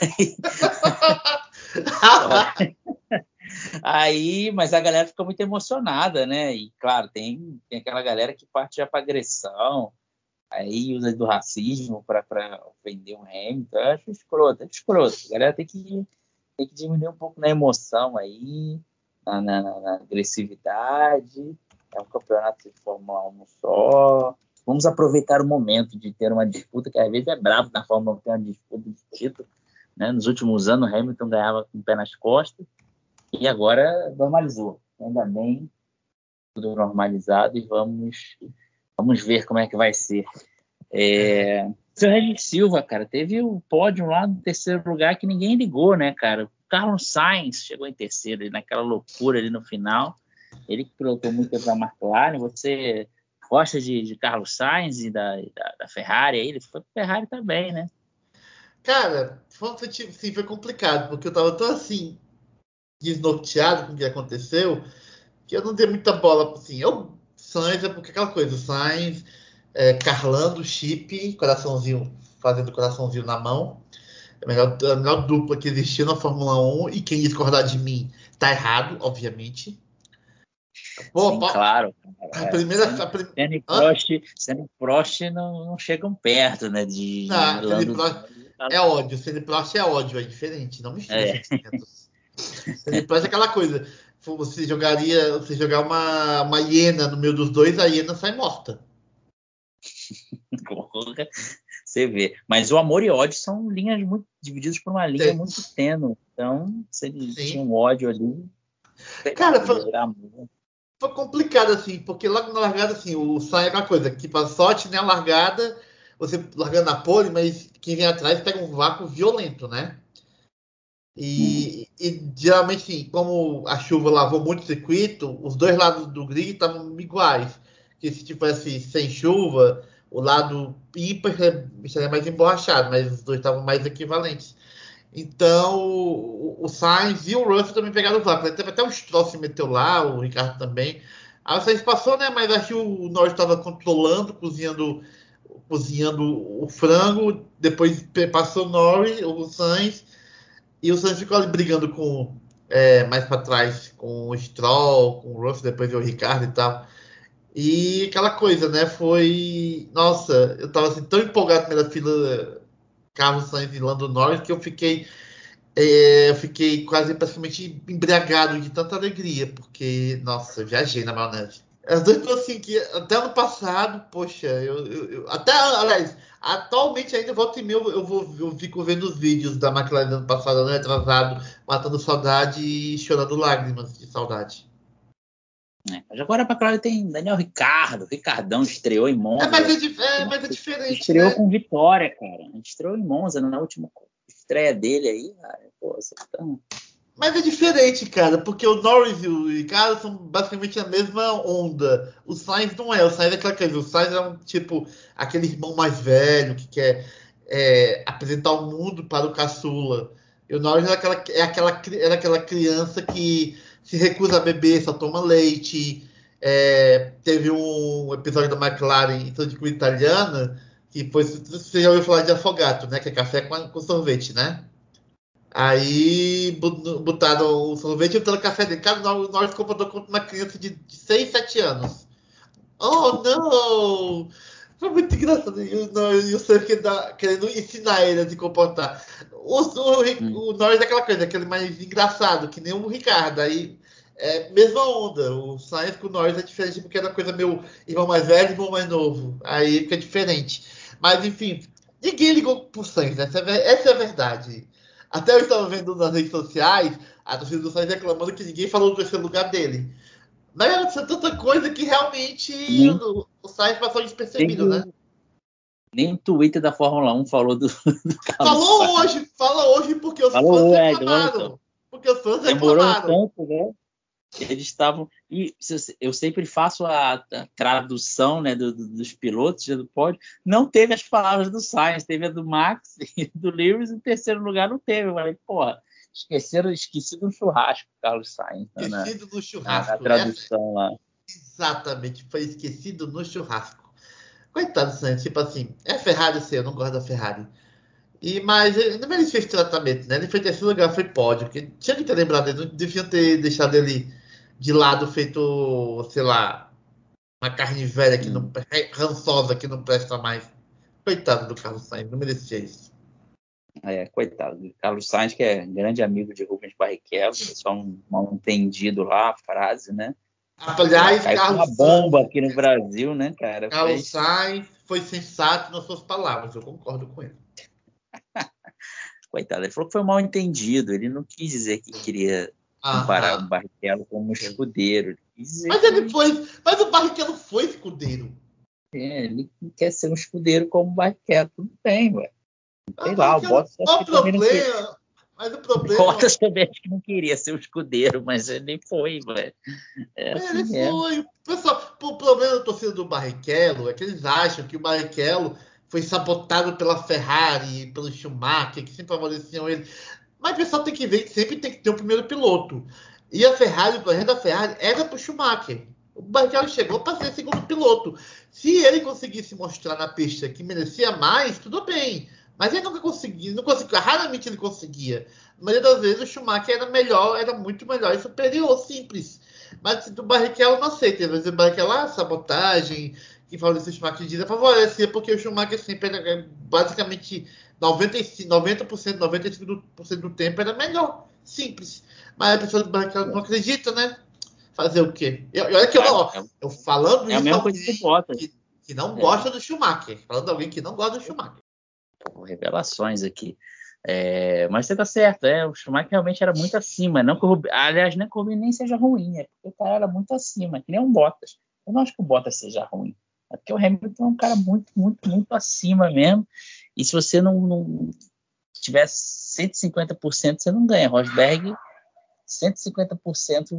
Aí, mas a galera fica muito emocionada, né? E, claro, tem aquela galera que parte já para agressão, aí usa do racismo para ofender o Hamilton. Eu acho escroto, é escroto. A galera tem que diminuir um pouco na emoção aí, na agressividade. É um campeonato de Fórmula 1 só. Vamos aproveitar o momento de ter uma disputa, que às vezes é bravo na Fórmula 1 ter uma disputa de título. Né? Nos últimos anos, o Hamilton ganhava com o pé nas costas e agora normalizou. Ainda bem, tudo normalizado e vamos ver como é que vai ser. Seu Regis Silva, cara, teve o pódio lá no terceiro lugar que ninguém ligou, né, cara? O Carlos Sainz chegou em terceiro, naquela loucura ali no final. Ele que pilotou muito para a McLaren. Você gosta de Carlos Sainz e da Ferrari? Ele foi para Ferrari também, né? Cara, foi complicado, porque eu tava tão assim, desnorteado com o que aconteceu, que eu não dei muita bola, assim. Sainz é porque aquela coisa, o Sainz carlando o chip, coraçãozinho, fazendo coraçãozinho na mão. A melhor dupla que existiu na Fórmula 1, e quem discordar de mim tá errado, obviamente. Pô, Sim, pô, claro. a primeira. Hã? Senna e Prost não chegam perto, né, de Não, Lando Prost Norris. é ódio. Prost é ódio, é diferente. Não mistura É, sentimentos. Prost é aquela coisa. Você jogar uma hiena no meio dos dois, a hiena sai morta. porra, você vê. Mas o amor e ódio são linhas muito divididos por uma linha Sim. muito tênue. Então, se ele tinha Sim. um ódio ali, sei lá, Cara, podia virar amor. foi complicado, assim, porque logo na largada, assim, o Sainz é aquela coisa, que para sorte, né, a largada, você largando na pole, mas quem vem atrás pega um vácuo violento, né? Uhum. E geralmente, assim, como a chuva lavou muito o circuito, os dois lados do grid estavam iguais. Que se tivesse sem chuva, o lado ímpar estaria mais emborrachado, mas os dois estavam mais equivalentes. Então, o Sainz e o Russell também pegaram o vácuo. Teve até o Stroll se meteu lá, o Ricardo também. Aí o Sainz passou, né? Mas acho que o Norris estava controlando, cozinhando o frango. Depois passou o Norris, o Sainz. E o Sainz ficou ali brigando mais para trás com o Stroll, com o Russell, depois o Ricardo e tal. E aquela coisa, né? Foi. Nossa, eu tava assim, tão empolgado pela fila Carlos Sainz e Lando Norris que eu fiquei quase praticamente embriagado de tanta alegria, porque, nossa, eu viajei na maionese. As duas coisas assim que até ano passado, poxa, até, aliás, atualmente ainda volta e meia eu fico vendo os vídeos da McLaren do ano passado, né, atrasado, matando saudade e chorando lágrimas de saudade. Mas agora para McLaren tem Daniel Ricciardo, Ricardão estreou em Monza. Mas é diferente, Estreou né? com vitória, cara. Estreou em Monza na última estreia dele aí, cara. Pô, você tá... Mas é diferente, cara, porque o Norris e o Ricardo são basicamente a mesma onda. O Sainz não é. O Sainz é aquela coisa. O Sainz é um tipo aquele irmão mais velho que quer apresentar o mundo para o caçula. E o Norris era aquela criança que se recusa a beber, só toma leite. Teve um episódio da McLaren em Corrida Italiana que foi. Você já ouviu falar de afogato, né? Que é café com sorvete, né? Aí botaram o sorvete e o café dele. Cara, o Norris comportou como uma criança de 6, 7 anos. Oh, não! Foi muito engraçado. E o Sam querendo ensinar ele a se comportar. O Norris é aquela coisa, aquele mais engraçado, que nem o Ricardo. Aí, mesma onda. O Sainz com o Norris é diferente porque é uma coisa meu irmão mais velho e irmão mais novo. Aí fica diferente. Mas, enfim, ninguém ligou pro Sainz. Essa é a verdade. Até eu estava vendo nas redes sociais a torcida do Sainz reclamando que ninguém falou do terceiro lugar dele. Mas aconteceu tanta coisa que realmente Nem o Sainz passou despercebido, teve né? nem o Twitter da Fórmula 1 falou do Carlos Falou Sainz. hoje, fala hoje porque os fãs Falou, demorou reclamaram. então. Porque os fãs Demorou reclamaram. tanto, né? Eles estavam. E eu sempre faço a tradução, né, dos pilotos do pódio. Não teve as palavras do Sainz, teve a do Max e do Lewis, e em terceiro lugar não teve. Eu falei, porra, esqueci do churrasco, Carlos Sainz, Esquecido no na churrasco. tradução lá. Exatamente, foi esquecido no churrasco. Coitado do Sainz, tipo assim, é Ferrari, eu sei, eu não gosto da Ferrari. Mas ele não merecia esse tratamento, né? Ele foi terceiro lugar, foi pódio. Porque tinha que ter lembrado dele, não deviam ter deixado ele de lado, feito, sei lá, uma carne velha que não, Hum. rançosa que não presta mais. Coitado do Carlos Sainz, não merecia isso. Coitado. Carlos Sainz, que é grande amigo de Rubens Barrichello, só um mal entendido lá, a frase, né? Ela Aliás, caiu com uma bomba aqui no Brasil, né, cara? Carlos Sainz foi sensato nas suas palavras, eu concordo com ele. Coitado, ele falou que foi mal entendido. Ele não quis dizer que queria comparar o Aham. Barrichello como um escudeiro. Ele quis dizer Mas ele foi. Mas o Barrichello foi escudeiro. ele quer ser um escudeiro como o Barrichello. Tudo bem, ué. Sei O lá, o Barrichello, Bottas acho que também não queria. mas o O problema. Bottas também acho que não queria ser um escudeiro, mas ele foi, ué. É Ele assim mesmo. foi. Pessoal, o problema da torcida do Barrichello é que eles acham que o Barrichello foi sabotado pela Ferrari, pelo Schumacher, que sempre favoreciam ele. Mas o pessoal tem que ver que sempre tem que ter o primeiro piloto. E a Ferrari, o projeto da Ferrari era para o Schumacher. O Barrichello chegou para ser segundo piloto. Se ele conseguisse mostrar na pista que merecia mais, tudo bem. Mas ele nunca conseguia, não conseguia, raramente ele conseguia. Na maioria das vezes o Schumacher era melhor, era muito melhor e superior, simples. Mas do Barrichello não aceita. Às vezes o Barrichello, sabotagem, que favorece o Schumacher diz, favorecia porque o Schumacher sempre era basicamente 95, 90%, 95% do tempo era melhor. Simples. Mas a pessoa do Barrichello não acredita, né? Fazer o quê? E olha que eu falando É a isso a mesma coisa que o alguém Bottas. que não gosta do Schumacher. Falando a alguém que não gosta do Schumacher. Revelações aqui. Mas você tá certo, o Schumacher realmente era muito acima. Não que aliás, nem que o Rubinho nem seja ruim, é porque o cara era muito acima, que nem um Bottas. Eu não acho que o Bottas seja ruim, é porque o Hamilton é um cara muito, muito, muito acima mesmo. E se você não tiver 150%, você não ganha. Rosberg, 150%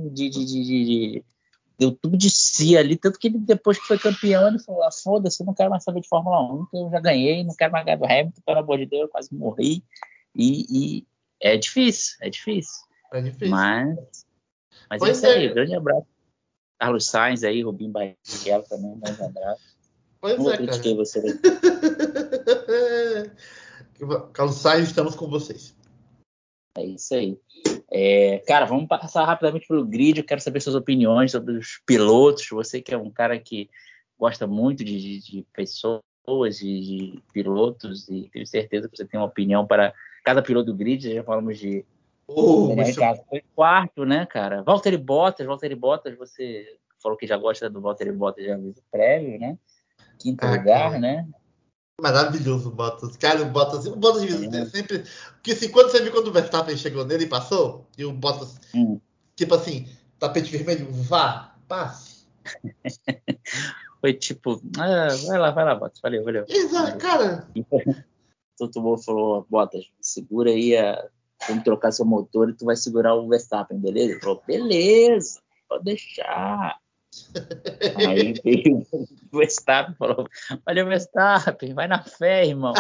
deu tudo de si ali, tanto que ele, depois que foi campeão, ele falou, foda-se, eu não quero mais saber de Fórmula 1, que eu já ganhei, não quero mais ganhar do Hamilton, pelo amor de Deus, eu quase morri, e é difícil, É difícil. mas é Pois isso aí, é. grande abraço, Carlos Sainz aí, Rubinho Barrichello também, grande abraço, Pois não é, critiquei cara. você. Carlos Sainz, estamos com vocês. É isso aí. Cara, vamos passar rapidamente pelo grid. Eu quero saber suas opiniões sobre os pilotos. Você que é um cara que gosta muito de pessoas e de pilotos, e tenho certeza que você tem uma opinião para cada piloto do grid. Já falamos de Daniel Ricciardo, foi quarto, né, cara? Valtteri Bottas, você falou que já gosta do Valtteri Bottas, já viu o prévio, né? Quinto lugar, Cara. né? Maravilhoso o Bottas. Cara, o Bottas sempre. Porque assim, quando você viu quando o Verstappen chegou nele e passou, e o Bottas, Hum. tipo assim, tapete vermelho, vá, passe. Foi tipo, vai lá, Bottas, valeu. Exato, cara. Todo mundo falou, Bottas, segura aí vamos trocar seu motor e tu vai segurar o Verstappen, beleza? Ele falou, beleza, pode deixar. Aí veio o Verstappen e falou, olha o Verstappen, vai na fé, irmão.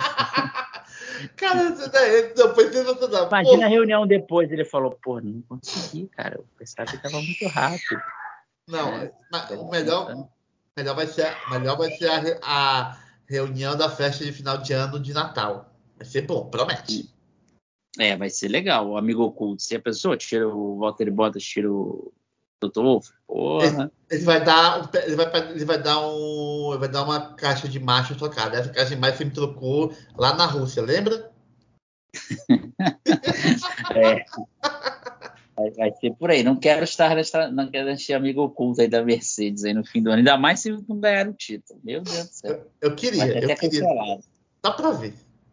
Cara, depois você dá. Imagina a reunião depois, ele falou, pô, não consegui, cara, o Verstappen tava muito rápido. Não, o melhor vai ser a reunião da festa de final de ano de Natal. Vai ser bom, promete. Vai ser legal, o amigo oculto. Se a pessoa tira o Valtteri Bottas, tira o Toto Wolff, porra. Ele vai dar uma caixa de marcha trocada. Essa caixa de marcha me trocou lá na Rússia, lembra? Vai ser por aí. Não quero este amigo oculto aí da Mercedes aí no fim do ano. Ainda mais se não ganhar o título. Meu Deus do céu. Eu queria. Cancelado. Dá pra ver.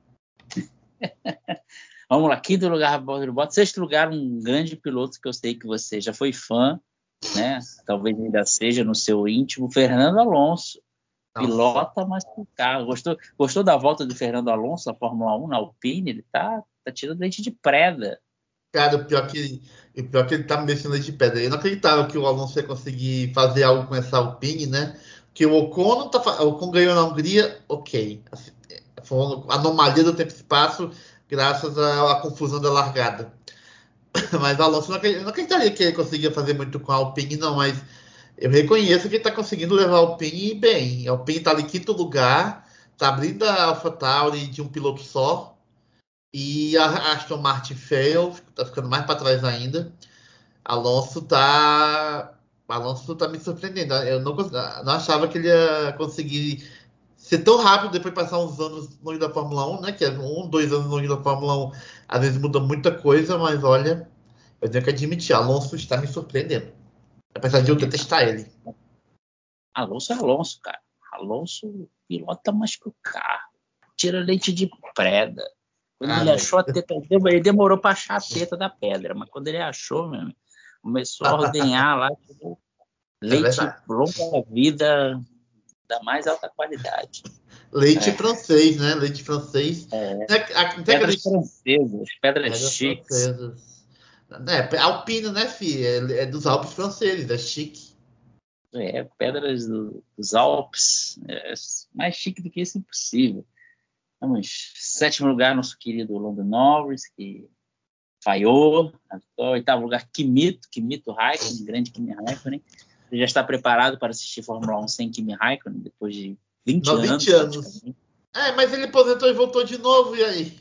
Vamos lá, quinto lugar, Valtteri Bottas. Sexto lugar, um grande piloto que eu sei que você já foi fã, né? Talvez ainda seja no seu íntimo, Fernando Alonso. Nossa. Pilota, mas com carro. Gostou da volta do Fernando Alonso na Fórmula 1, na Alpine? Ele tá tirando leite de preda. Cara, o pior que ele tá me deixando leite de pedra. Eu não acreditava que o Alonso ia conseguir fazer algo com essa Alpine, né? Que o Ocon ganhou na Hungria, ok. Assim, foi uma anomalia do tempo e espaço, graças à confusão da largada. Mas o Alonso, eu não acreditaria que ele conseguia fazer muito com a Alpine, não, mas eu reconheço que ele está conseguindo levar a Alpine bem. A Alpine está em quinto lugar, está abrindo a AlphaTauri de um piloto só, e a Aston Martin fail, está ficando mais para trás ainda. Alonso tá me surpreendendo. Eu não achava que ele ia conseguir ser tão rápido depois de passar uns anos longe da Fórmula 1, né? Que é 2 anos longe da Fórmula 1, às vezes muda muita coisa, mas olha, eu tenho que admitir, Alonso está me surpreendendo. Apesar de eu detestar ele. Alonso é Alonso, cara. Alonso pilota mais que o carro. Tira leite de preda. Quando ele achou a teta, ele demorou para achar a teta da pedra, mas quando ele achou, meu amigo, começou a ordenhar lá, tipo, leite longa vida da mais alta qualidade. Leite francês, né? Leite francês. Pedras francesas, pedras chiques. Alpino, né, filho? É dos Alpes franceses, é chique. Pedras dos Alpes. É mais chique do que isso, impossível. Vamos, sétimo lugar, nosso querido Lando Norris, que falhou. Oitavo lugar, Kimito Raikkonen, grande Kimi Raikkonen. Você já está preparado para assistir Fórmula 1 sem Kimi Raikkonen, depois de 20 anos? Mas ele aposentou e voltou de novo, e aí?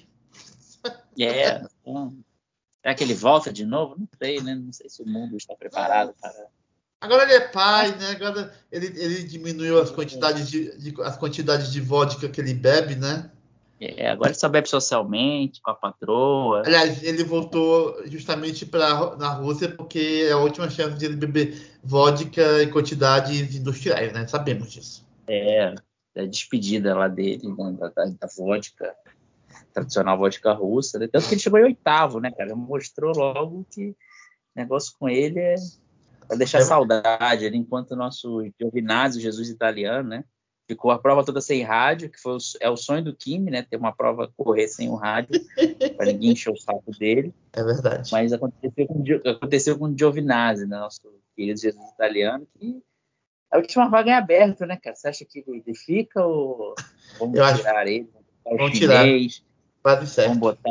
Então, será que ele volta de novo? Não sei, né? Não sei se o mundo está preparado para... Agora ele é pai, né? Agora ele diminuiu as quantidades de vodka que ele bebe, né? Agora ele só bebe socialmente, com a patroa. Aliás, ele voltou justamente na Rússia porque é a última chance de ele beber vodka em quantidades industriais, né? Sabemos disso. A despedida lá dele, né? da vodka, tradicional vodka russa. Né? Tanto que ele chegou em oitavo, né, cara? Mostrou logo que o negócio com ele é para deixar saudade. Ele, enquanto o nosso Giovinazzi, Jesus italiano, né? Ficou a prova toda sem rádio, que é o sonho do Kimi, né? Ter uma prova correr sem o rádio, para ninguém encher o saco dele. É verdade. Mas aconteceu com o Giovinazzi, né? Nosso querido Jesus italiano, que a última vaga é aberta, né, cara? Você acha que ele fica ou vamos tirar ele? Vamos tirar. Vamos botar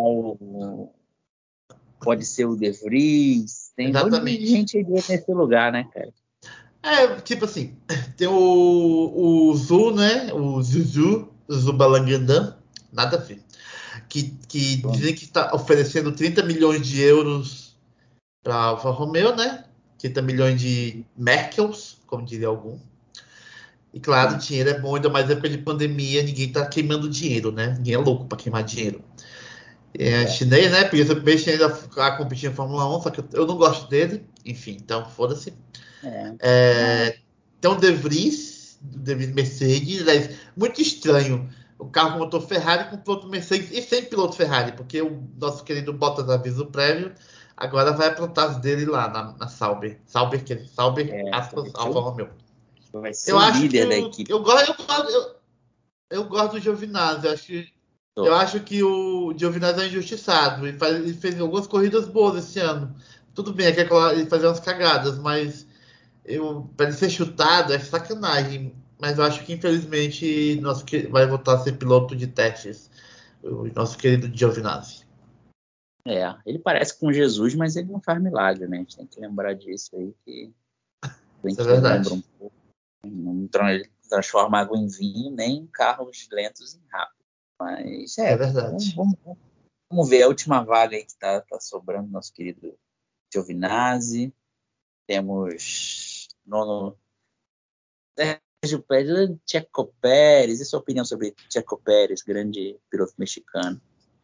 pode ser o De Vries. Tem muita gente aí nesse lugar, né, cara? Tipo assim, tem o Zu, né? O Zuzu Balangandã, nada a ver. Que dizem que está oferecendo 30 milhões de euros para a Alfa Romeo, né? 30 milhões de Merkels, como diria algum. E claro, dinheiro é bom, ainda mais época de pandemia, ninguém está queimando dinheiro, né? Ninguém é louco para queimar dinheiro. Chinês, né? Porque esse peixe ainda a competir em Fórmula 1, só que eu não gosto dele. Enfim, então foda-se. Tem o De Vries Mercedes, muito estranho. O carro com motor Ferrari com piloto Mercedes e sem piloto Ferrari, porque o nosso querido Bottas aviso prévio agora vai aprontar as dele lá na Sauber. Sauber, Alfa Romeo. Vai ser o líder da equipe. Eu gosto do Giovinazzi, Eu acho que o Giovinazzi é injustiçado. Ele fez algumas corridas boas esse ano. Tudo bem, é que ele fazia umas cagadas, mas para ele ser chutado é sacanagem. Mas eu acho que infelizmente vai voltar a ser piloto de testes, o nosso querido Giovinazzi. Ele parece com Jesus, mas ele não faz milagre, né? A gente tem que lembrar disso aí, que a Isso é gente lembra verdade. um pouco. Ele transforma água em vinho, nem carros lentos em rápido. Mas Isso é verdade. vamos ver a última vaga aí que tá sobrando, nosso querido Giovinazzi. Temos nono Sérgio Pérez, Checo Pérez. E sua opinião sobre Checo Pérez, grande piloto mexicano?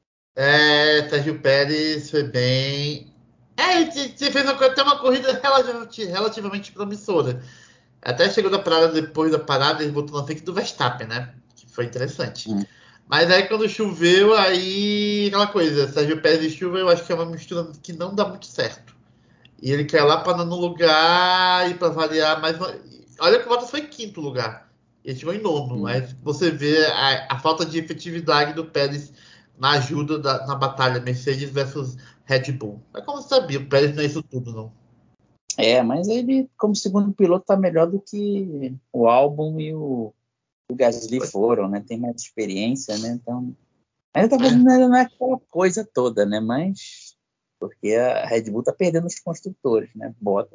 Sérgio Pérez foi bem. Ele fez até uma corrida relativamente promissora. Até chegou da parada, depois da parada, ele botou na frente do Verstappen, né? Que foi interessante. Mas aí quando choveu, aí aquela coisa, Sérgio Pérez e chuva, eu acho que é uma mistura que não dá muito certo. E ele quer lá para no lugar e para variar mais uma. Olha que o Bottas foi em quinto lugar. Ele chegou em nono, mas você vê a falta de efetividade do Pérez na ajuda na batalha Mercedes versus Red Bull. Mas como você sabia, o Pérez não é isso tudo, não. Mas ele, como segundo piloto, tá melhor do que o Albon e o Gasly foram, né? Tem mais experiência, né? Então, ainda talvez não é aquela coisa toda, né? Mas porque a Red Bull tá perdendo os construtores, né?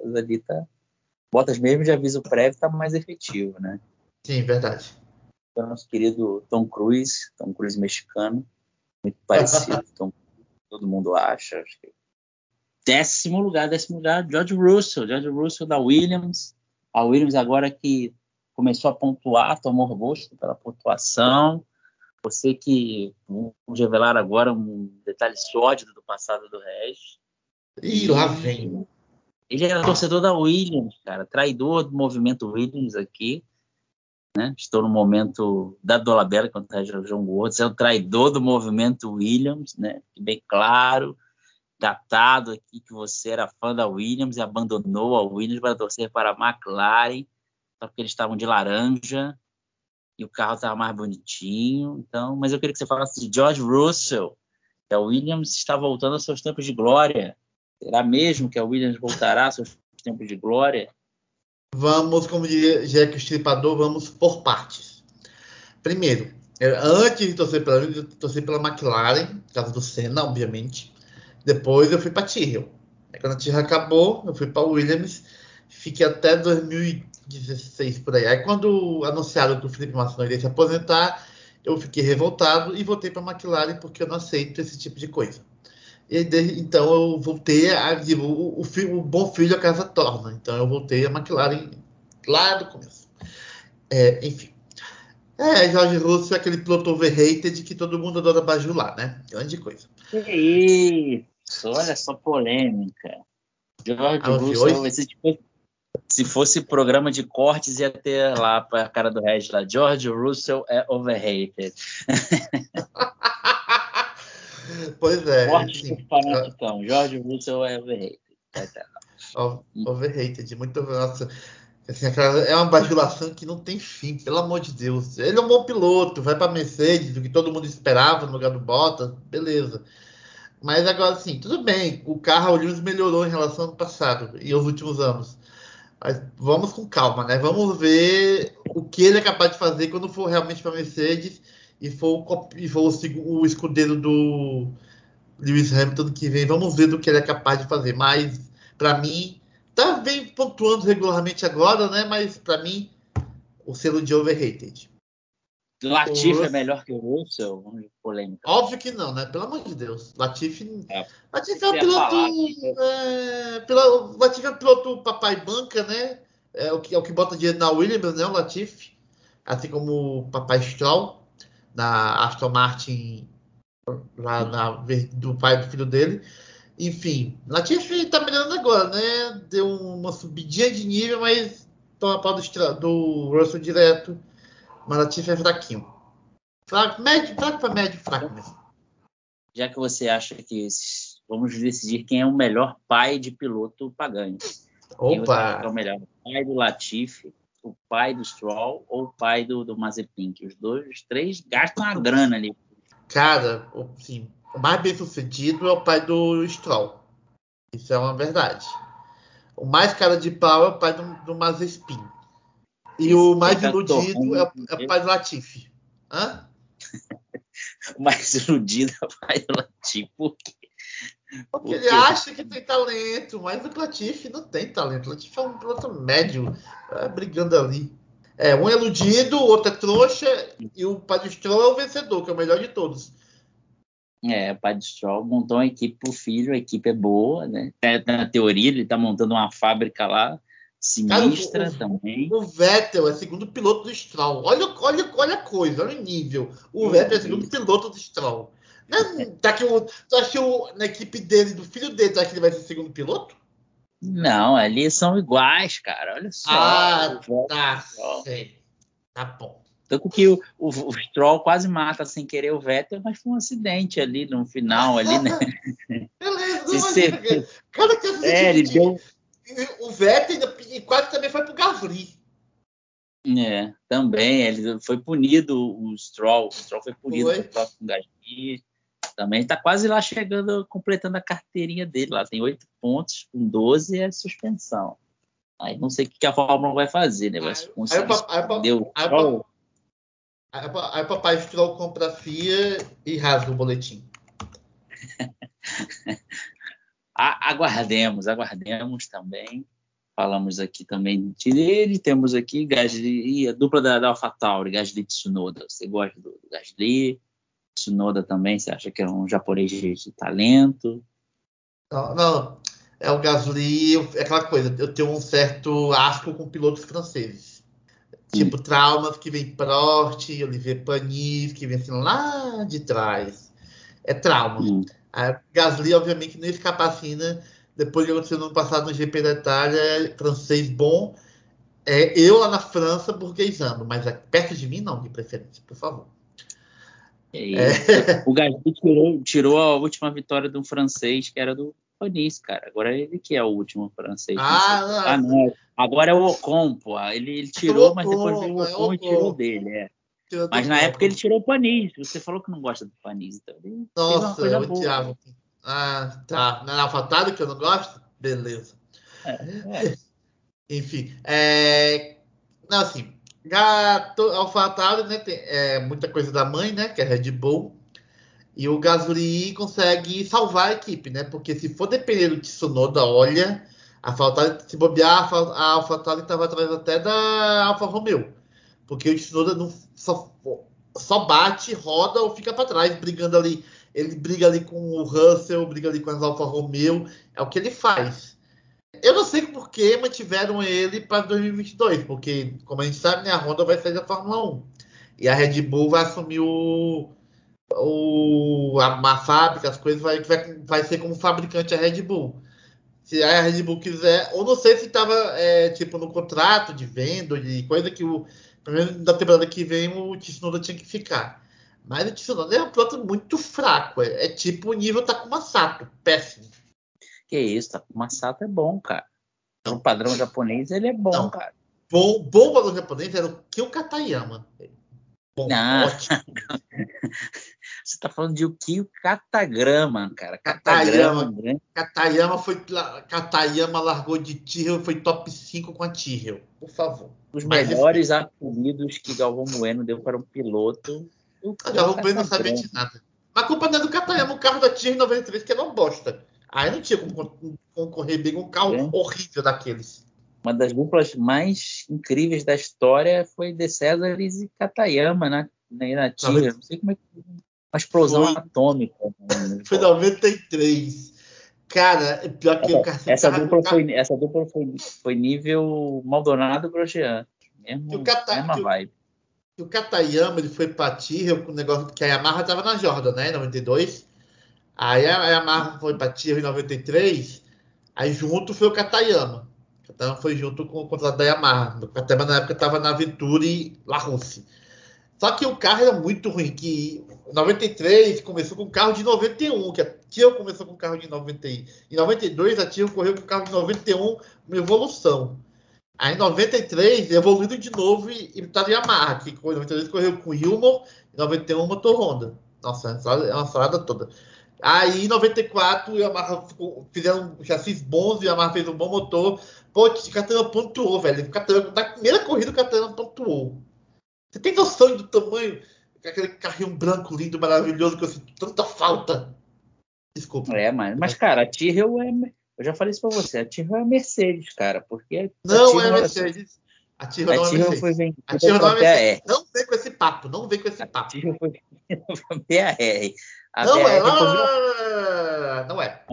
Bottas mesmo de aviso prévio tá mais efetivo, né? Sim, verdade. Então, nosso querido Tom Cruise mexicano, muito parecido, todo mundo acha. Acho que décimo lugar, George Russell da Williams. A Williams agora que começou a pontuar, tomou gosto pela pontuação. Você que vamos revelar agora um detalhe sórdido do passado do Regis. Ih, lá vem. Ele era torcedor da Williams, cara, traidor do movimento Williams aqui, né? Estou no momento da Dolabella contra o João Gordo, você é o traidor do movimento Williams, né? Bem claro, datado aqui que você era fã da Williams e abandonou a Williams para torcer para a McLaren, só porque eles estavam de laranja e o carro estava mais bonitinho. Então, mas eu queria que você falasse de George Russell, que a Williams está voltando aos seus tempos de glória. Será mesmo que a Williams voltará aos seus tempos de glória? Vamos, como diria Jack Stripador, vamos por partes. Primeiro, antes de torcer pela Williams, eu torci pela McLaren, por causa do Senna, obviamente. Depois eu fui para Tyrrell. Aí, quando a Tyrrell acabou, eu fui para Williams. Fiquei até 2016 por aí. Aí quando anunciaram que o Felipe Massa não iria se aposentar, eu fiquei revoltado e voltei para a McLaren porque eu não aceito esse tipo de coisa. Então eu voltei a dizer, o bom filho a casa torna. Então eu voltei a McLaren lá do começo. Enfim. Jorge Russell é aquele piloto overrated que todo mundo adora bajular, né? Grande coisa. Que isso, olha só polêmica. George Russell, se fosse programa de cortes, ia ter lá para a cara do Regis lá, George Russell é overrated. Pois é, Cortes sim. do fanaticão, George Russell é overrated. Overrated, muito. Nossa, assim, é uma bajulação que não tem fim, pelo amor de Deus. Ele é um bom piloto, vai para Mercedes, o que todo mundo esperava no lugar do Bottas, beleza. Mas agora sim, tudo bem, o carro a Williams melhorou em relação ao ano passado e aos últimos anos. Mas vamos com calma, né? Vamos ver o que ele é capaz de fazer quando for realmente para Mercedes e for o escudeiro do Lewis Hamilton que vem. Vamos ver do que ele é capaz de fazer. Mas, para mim, tá bem pontuando regularmente agora, né? Mas, para mim, o selo de overrated. Latifi é melhor que o Russell? Polêmica. Óbvio que não, né? Pelo amor de Deus. Latifi é um Latifi é um piloto papai banca, né? É o que bota dinheiro na Williams, né? O Latifi. Assim como o papai Stroll, na Aston Martin, lá do pai do filho dele. Enfim, Latifi tá melhorando agora, né? Deu uma subidinha de nível, mas toma pau do Russell direto. Mas Latifi é fraquinho. Fraco pra médio, fraco mesmo. Já que você acha que vamos decidir quem é o melhor pai de piloto pagante. Quem você acha que é o melhor? O pai do Latifi, o pai do Stroll ou o pai do Mazepin? Que os três gastam a grana ali. Cara, assim, o mais bem sucedido é o pai do Stroll. Isso é uma verdade. O mais cara de pau é o pai do Mazepin. E o mais Tá iludido é torrando, o pai do Latifi. Hã? o mais iludido é o pai do Latifi. Por quê? Porque ele acha que tem talento, mas o Latifi não tem talento. O Latifi é um piloto médio, brigando ali. Um é iludido, o outro é trouxa, e o pai do Stroll é o vencedor, que é o melhor de todos. O pai do Stroll montou uma equipe pro filho, a equipe é boa, né? Na teoria, ele tá montando uma fábrica lá, sinistra Cara, também. o Vettel é segundo piloto do Stroll. Olha a coisa, olha o nível. O Vettel é segundo piloto do Stroll. Tu acha que na equipe dele, do filho dele, tu acha que ele vai ser segundo piloto? Não, ali são iguais, cara. Olha só. Tá, sei. Tá bom. Tanto que o Stroll quase mata sem querer o Vettel, mas foi um acidente ali no final, ali, né? Beleza, Se você... Cara, que acidente ele deu... O Vettel quase também foi pro Gasly. Também, ele foi punido, o Stroll foi punido pelo próximo Gasly. Também está quase lá chegando, completando a carteirinha dele. Lá tem 8 pontos, com 12 é suspensão. Aí não sei o que a Fórmula vai fazer, né? Vai conseguir Aí papai Stroll compra a FIA e rasga o boletim. Aguardemos também. Falamos aqui também dele. Temos aqui Gasly, a dupla da AlphaTauri, Gasly e Tsunoda. Você gosta do Gasly? Tsunoda também, você acha que é um japonês de talento? Não, é o Gasly, é aquela coisa, eu tenho um certo asco com pilotos franceses. Tipo, traumas que vem Prost, Olivier Panis, que vem assim lá de trás. É trauma. A Gasly, obviamente, não escapacina. Depois que aconteceu no ano passado no GP da Itália, francês bom. Eu lá na França, burguesando, mas perto de mim não, de preferência, por favor. O Gasly tirou a última vitória de um francês, que era do Panis, cara. Agora ele que é o último francês. Não. Agora é o Ocon, pô. Ele tirou, mas depois veio o Ocon e tirou dele, Mas na época ele tirou o Panis. Você falou que não gosta do Panis, então ele fez uma coisa boa. Odiava. Tá. Não é AlphaTauri que eu não gosto? Beleza. Enfim. Não, assim, AlphaTauri, né, tem muita coisa da mãe, né, que é Red Bull. E o Gasly consegue salvar a equipe, né? Porque se for depender do Tsunoda, olha, se bobear, a AlphaTauri estava atrás até da Alfa Romeo. Porque o Tsunoda não só bate, roda ou fica para trás, brigando ali. Ele briga ali com o Russell, briga ali com as Alfa Romeo. É o que ele faz. Eu não sei por que mantiveram ele para 2022, porque, como a gente sabe, né, a Honda vai sair da Fórmula 1. E a Red Bull vai assumir a fábrica, as coisas, vai ser como fabricante a Red Bull. Se a Red Bull quiser, ou não sei se estava tipo no contrato de venda, de coisa que pelo menos da temporada que vem o Tsunoda tinha que ficar. Mas o Tsunoda é um piloto muito fraco. Tipo o nível Takuma Sato, péssimo. Que isso, Takuma Sato é bom, cara. No padrão japonês ele é bom, cara. Bom padrão japonês era o Kyo Katayama. Bom, ótimo. Você tá falando de Kyo Katagrama, cara. Katayama largou de Tyrrell e foi top 5 com a Tyrrell. Por favor. Os melhores apelidos que Galvão Bueno deu para um piloto. Galvão Bueno não sabia de nada. Mas a culpa não é do Katayama, o carro da Tyrrell 93 que era uma bosta. Aí não tinha como concorrer bem com um carro horrível daqueles. Uma das duplas mais incríveis da história foi De Césares e Katayama, né? Na Tyrrell. Não sei como é que foi. Uma explosão atômica. Foi 93. Cara, pior que o Carcinho... Essa dupla foi nível Maldonado Grosjean. Mesma vibe. O Katayama, ele foi pra Tyrrell com o negócio que a Yamaha tava na Jordan, né? Em 92. Aí a Yamaha foi pra Tyrrell em 93. Aí junto foi o Katayama. O Katayama foi junto com o contrato da Yamaha. O Katayama na época tava na Venturi La Russie. Só que o carro era muito ruim, que em 93 começou com o carro de 91, que a Tyrrell começou com o carro de 90. Em 92 a Tyrrell correu com o carro de 91, uma evolução. Aí em 93 evoluindo de novo e tá de Yamaha, que em 93 correu com o Ilmor, em 91 motor Honda. Nossa, é uma salada toda. Aí, em 94, o Yamaha fizeram chassis bons, o Yamaha fez um bom motor. Pô, o Caterham pontuou, velho. Na primeira corrida, o Caterham pontuou. Você tem noção do tamanho? Aquele carrinho branco, lindo, maravilhoso, que eu sinto tanta falta. Desculpa. Mas cara, a Tyrrell eu já falei isso pra você, a Tyrrell é a Mercedes, cara, porque não é Mercedes. A Tyrrell não é Mercedes. Foi vendida a Tyrrell não é Mercedes. BAR. Não vem com esse papo, não vem com esse papo. A Tyrrell foi vendida pra BAR. Não é. Não é.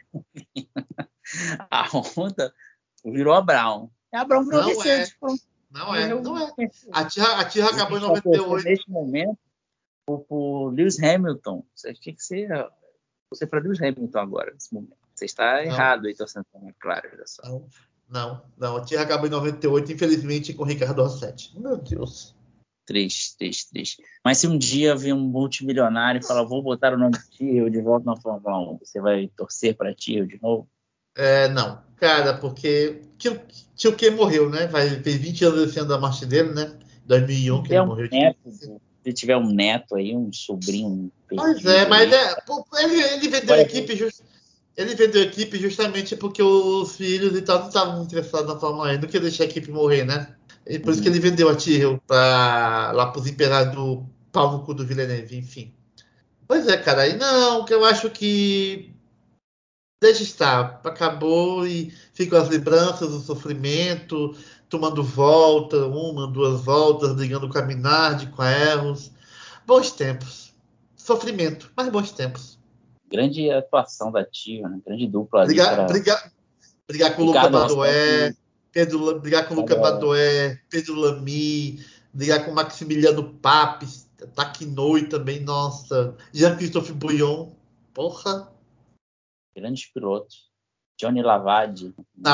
A Honda virou a Brown. A Brown virou a Mercedes. Não é. A Tyrrell acabou em 98. Neste momento, o Lewis Hamilton. Você tinha que ser você para Lewis Hamilton agora, nesse momento. Você está errado aí, torcendo para McLaren. Olha só. Não. A Tyrrell acabou em 98, infelizmente, com o Ricardo Rossetti. Meu Deus. Triste. Mas se um dia vir um multimilionário e falar, vou botar o nome de Tyrrell de volta na Fórmula 1, você vai torcer para Tyrrell de novo? Não, cara, porque tio Ken morreu, né? Fez 20 anos esse ano da morte dele, né? 2001 que ele morreu. Se tiver um neto aí, um sobrinho. Pois mas ele vendeu a equipe ele vendeu a equipe justamente porque os filhos e tal não estavam interessados na Fórmula 1, não queria deixar a equipe morrer, né? E por isso que ele vendeu a Tyrrell lá para os imperadores do pau no cu do Villeneuve, enfim. Pois é, cara, aí não, que eu acho que deixa estar, acabou e ficam as lembranças, o sofrimento, tomando volta, 1, 2 voltas, brigando com a Minardi, com a Erros. Bons tempos. Sofrimento, mas bons tempos. Grande atuação da Tyrrell, né? Grande dupla ali. Brigar com o Luca Badoé, brigar com o Luca Badoé, Pedro Lamy, brigar com o Maximiliano Papes, Taquinoi também, nossa. Jean-Christophe Bouillon, porra. Grandes pilotos. Johnny Lavade.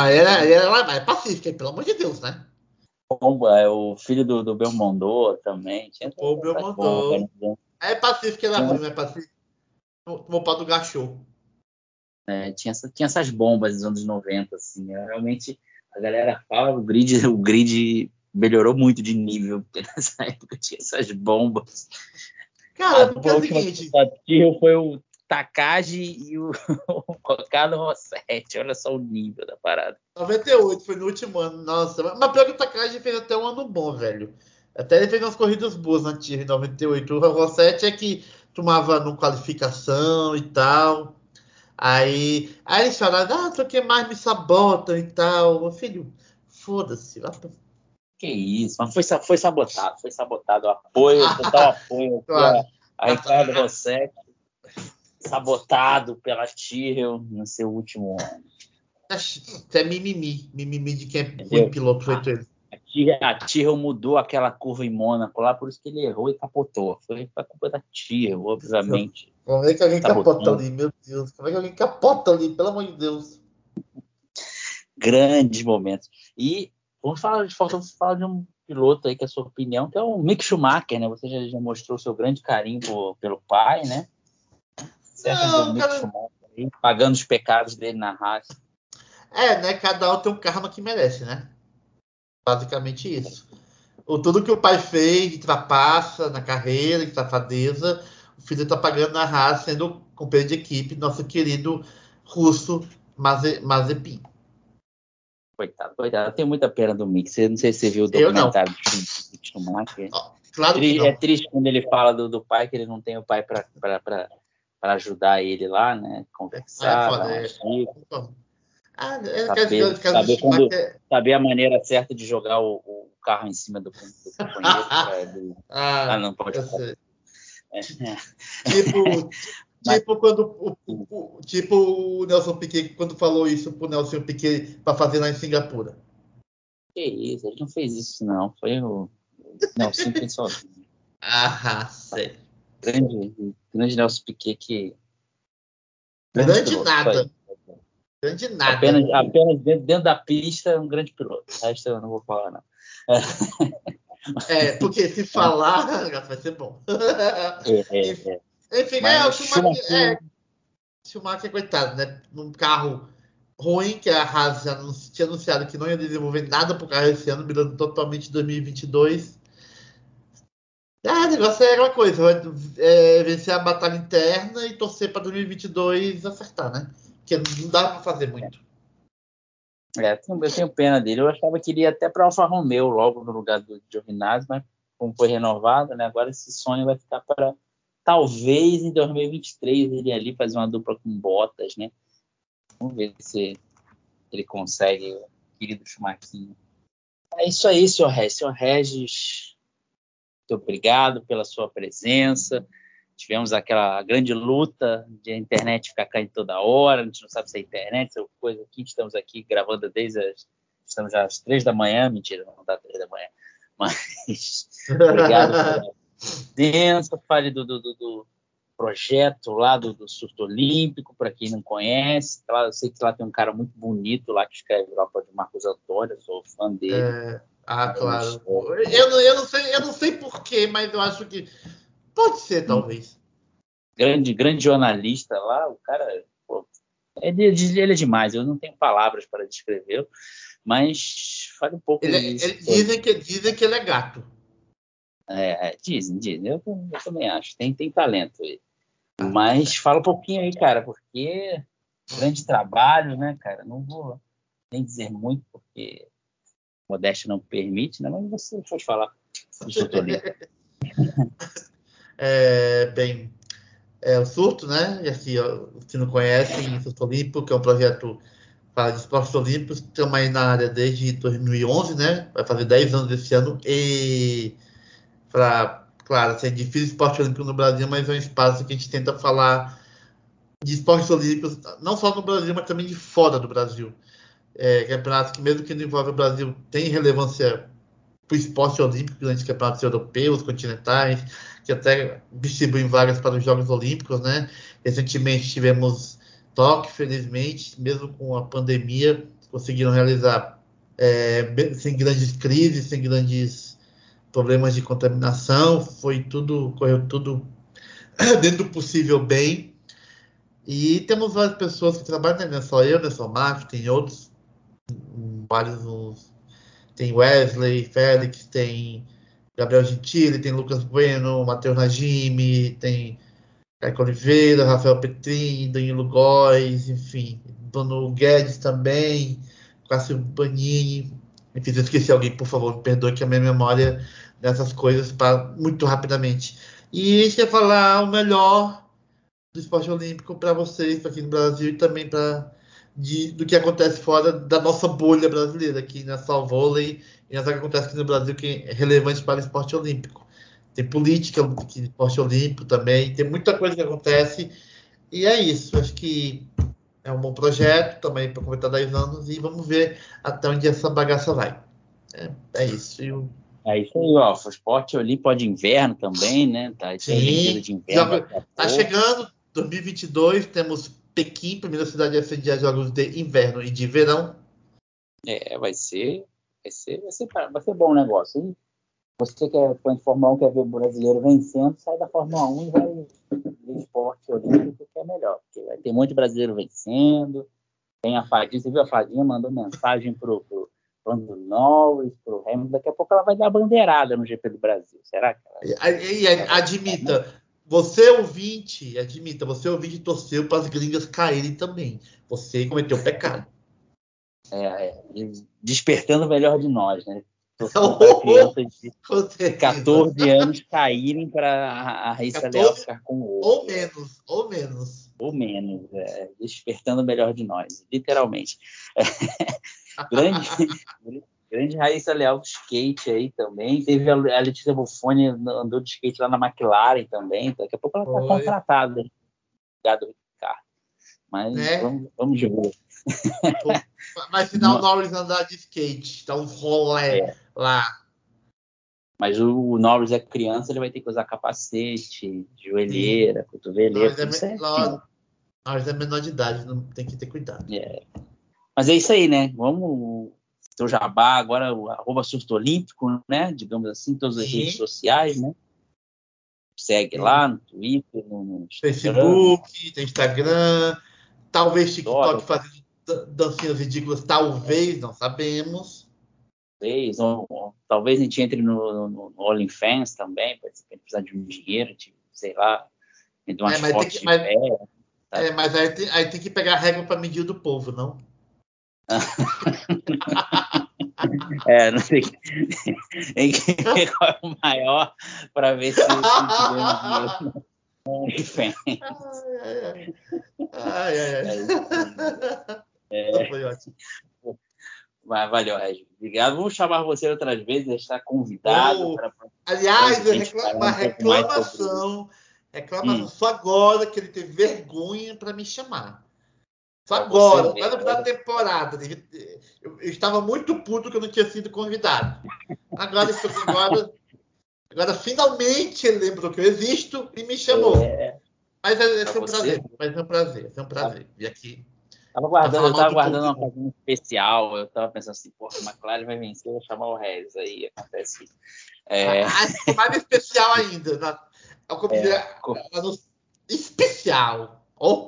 É pacífica, pelo amor de Deus, né? O filho do Belmondo também. O Belmondo. É pacífica, era ruim, não é pacífica. Tomou pau do Gachô. Tinha essas bombas dos anos 90, assim. Realmente, a galera fala, o grid melhorou muito de nível, porque nessa época tinha essas bombas. Cara, porque é o seguinte... Foi o Takagi e o Ricardo Rossetti. Olha só o nível da parada. 98, foi no último ano. Nossa, mas pior que o Takagi fez até um ano bom, velho. Até ele fez umas corridas boas na Tyrrell em 98. O Rossetti é que tomava no qualificação e tal. Aí eles falaram, porque mais me sabotam e tal. Meu filho, foda-se. Que isso, mas foi sabotado. Foi sabotado. Total apoio claro. a Ricardo Rossetti. Sabotado pela Tyrrell no seu último ano. Até mimimi de quem é ruim piloto feito ele. A Tyrrell mudou aquela curva em Mônaco lá, por isso que ele errou e capotou. Foi a culpa da Tyrrell, obviamente. Como é que alguém capota ali, meu Deus? Como é que alguém capota ali, pelo amor de Deus? Grandes momentos. E vamos falar de um piloto aí que é a sua opinião, que é o Mick Schumacher, né? Você já mostrou seu grande carinho pelo pai, né? Aí, pagando os pecados dele na Haas. Né? Cada um tem um karma que merece, né? Basicamente isso. Tudo que o pai fez de trapaça na carreira, de safadeza, o filho está pagando na Haas, sendo companheiro de equipe, nosso querido russo Mazepin. Coitado. Eu tenho muita pena do Mick. Não sei se você viu o documentário do Schumacher. Claro que não. É triste quando ele fala do pai, que ele não tem o pai para ajudar ele lá, né? Conversar. Saber a maneira certa de jogar o carro em cima do companheiro. Não pode fazer. Tipo o Nelson Piquet, quando falou isso pro Nelson Piquet para fazer lá em Singapura. Que isso, ele não fez isso, não. Foi o Nelson Piquet sozinho. Sei. Grande Nelson Piquet que... Grande nada. Apenas dentro da pista, um grande piloto. O resto eu não vou falar, não. Porque se falar, vai ser bom. Enfim, o Schumacher, coitado, né? Num carro ruim, que a Haas já tinha anunciado que não ia desenvolver nada pro carro esse ano, virando totalmente 2022. O negócio é aquela coisa, vencer a batalha interna e torcer para 2022 acertar, né? Porque não dá para fazer muito. Eu tenho pena dele. Eu achava que iria até para Alfa Romeo logo no lugar do Giovinazzi, mas como foi renovado, né? Agora esse sonho vai ficar para talvez em 2023 ele ali fazer uma dupla com Bottas, né? Vamos ver se ele consegue, o querido Schumacher. É isso aí, senhor Regis. Senhor Regis, muito obrigado pela sua presença. Tivemos aquela grande luta de a internet ficar caindo toda hora, a gente não sabe se é internet, se é coisa aqui. Estamos aqui gravando estamos já às 3 da manhã, mentira, não está 3 da manhã, mas obrigado pela presença. Fale do projeto lá do Surto Olímpico, para quem não conhece. Eu sei que lá tem um cara muito bonito lá que escreve lá para o Marcos Antônio, sou fã dele. Claro. Eu não sei porquê, mas eu acho que pode ser, talvez. Grande jornalista lá, o cara, pô, ele é demais, eu não tenho palavras para descrevê-lo, mas fale um pouco disso. Dizem que ele é gato. Dizem, eu também acho, tem talento aí. Mas fala um pouquinho aí, cara, porque grande trabalho, né, cara? Não vou nem dizer muito, porque modéstia não permite, né? Mas você pode falar do Surto Olímpico. Bem, o Surto, né? E assim, se não conhecem, Surto Olímpico, que é um projeto para de esportes olímpicos, estamos aí na área desde 2011, né? Vai fazer 10 anos esse ano. E, claro, assim, é difícil esporte olímpico no Brasil, mas é um espaço que a gente tenta falar de esportes olímpicos, não só no Brasil, mas também de fora do Brasil. Campeonatos que, mesmo que não envolvem o Brasil, tem relevância para o esporte olímpico, grandes campeonatos europeus, continentais, que até distribuem vagas para os Jogos Olímpicos, né? Recentemente tivemos Tóquio, felizmente, mesmo com a pandemia, conseguiram realizar sem grandes crises, sem grandes problemas de contaminação, correu tudo dentro do possível bem. E temos várias pessoas que trabalham, né? Não é só eu, não é só o Marcos, tem outros, vários. Tem Wesley, Félix, tem Gabriel Gentili, tem Lucas Bueno, Matheus Najimi, tem Caio Oliveira, Rafael Petrin, Danilo Góes, enfim, Bruno Guedes também, Cássio Banini. Enfim, se eu esqueci alguém, por favor, me perdoe que a minha memória dessas coisas para muito rapidamente. E a gente quer falar o melhor do esporte olímpico para vocês aqui no Brasil e também do que acontece fora da nossa bolha brasileira, que não é só vôlei, e não é só o que acontece aqui no Brasil que é relevante para o esporte olímpico. Tem política aqui no esporte olímpico também, tem muita coisa que acontece, e é isso. Acho que é um bom projeto também para completar 10 anos e vamos ver até onde essa bagaça vai. É isso. É isso aí, ó. O esporte olímpico de inverno também, né? Tem a Olimpíada de Inverno. Tá chegando, 2022, temos Pequim, primeira cidade a sediar jogos de inverno e de verão. Vai ser bom o negócio. Hein? Você que é fã de Fórmula 1, quer ver o brasileiro vencendo, sai da Fórmula 1 e vai ver esporte olímpico, que é melhor. Porque vai ter um monte de brasileiro vencendo. Tem a Fadinha, você viu a Fadinha? Mandou mensagem pro Lando Norris, pro Hamilton. Daqui a pouco ela vai dar a bandeirada no GP do Brasil. Será que ela... Admita, você ouvinte torceu para as gringas caírem também. Você cometeu pecado. Despertando o melhor de nós, né? Para crianças de 14 anos caírem para a Raíssa Leal ficar com o outro. Ou menos. Despertando o melhor de nós, literalmente. Grande Raíssa Leal do skate aí também. Teve a Letícia Buffoni, andou de skate lá na McLaren também. Daqui a pouco ela está contratada. Obrigado, Ricardo. Mas vamos de boa. Mas se dá o Norris andar de skate, dá um rolê lá. Mas o Norris é criança, ele vai ter que usar capacete, joelheira, cotoveleira. Norris é menor de idade, não tem que ter cuidado. Mas é isso aí, né? Vamos seu jabá agora, o @Surto Olímpico, né? Digamos assim, todas as redes sociais, né? Segue lá no Twitter, no Facebook, tem Instagram, talvez TikTok fazendo dancinhas ridículas, talvez, não sabemos. ou talvez a gente entre no OnlyFans também, pode ser que a gente precisar de um dinheiro, tipo, sei lá, de umas Mas fotos de pé. mas aí tem que pegar a régua para medir do povo, não? Não sei. Tem que ver qual é o maior para ver se tivemos dinheiro no OnlyFans. Foi ótimo. Mas valeu, Regis. Obrigado. Vamos chamar você outras vezes, está convidado. Aliás, uma reclamação só agora que ele teve vergonha para me chamar. Só agora, no final da temporada. Eu estava muito puto que eu não tinha sido convidado. Agora finalmente ele lembrou que eu existo e me chamou. Mas é um prazer. É um prazer. E aqui. Eu tava aguardando uma coisa especial. Eu tava pensando assim, porra, a McLaren vai vencer, eu vou chamar o Regis. Aí acontece isso. Mais especial ainda. É como dizer, especial.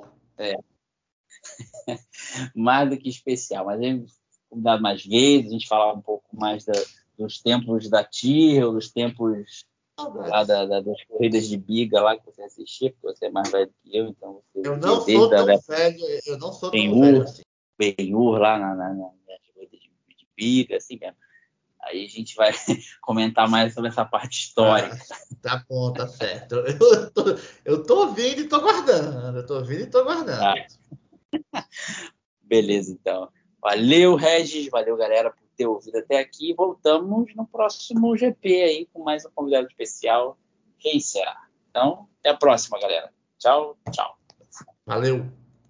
Mais do que especial. Mas a gente convidado mais vezes, a gente falar um pouco mais dos tempos da Tyrrell, dos tempos lá das corridas de biga lá que você assistia, porque você é mais velho que eu, então você... Eu não sou tão velho assim. Ben-Hur lá nas corridas de biga, assim mesmo. Aí a gente vai comentar mais sobre essa parte histórica. Tá bom, tá certo. Eu tô ouvindo e tô guardando. Beleza, então. Valeu, Regis. Valeu, galera, por ter ouvido até aqui. Voltamos no próximo GP aí com mais um convidado especial. Quem será? Então, até a próxima, galera. Tchau, tchau. Valeu.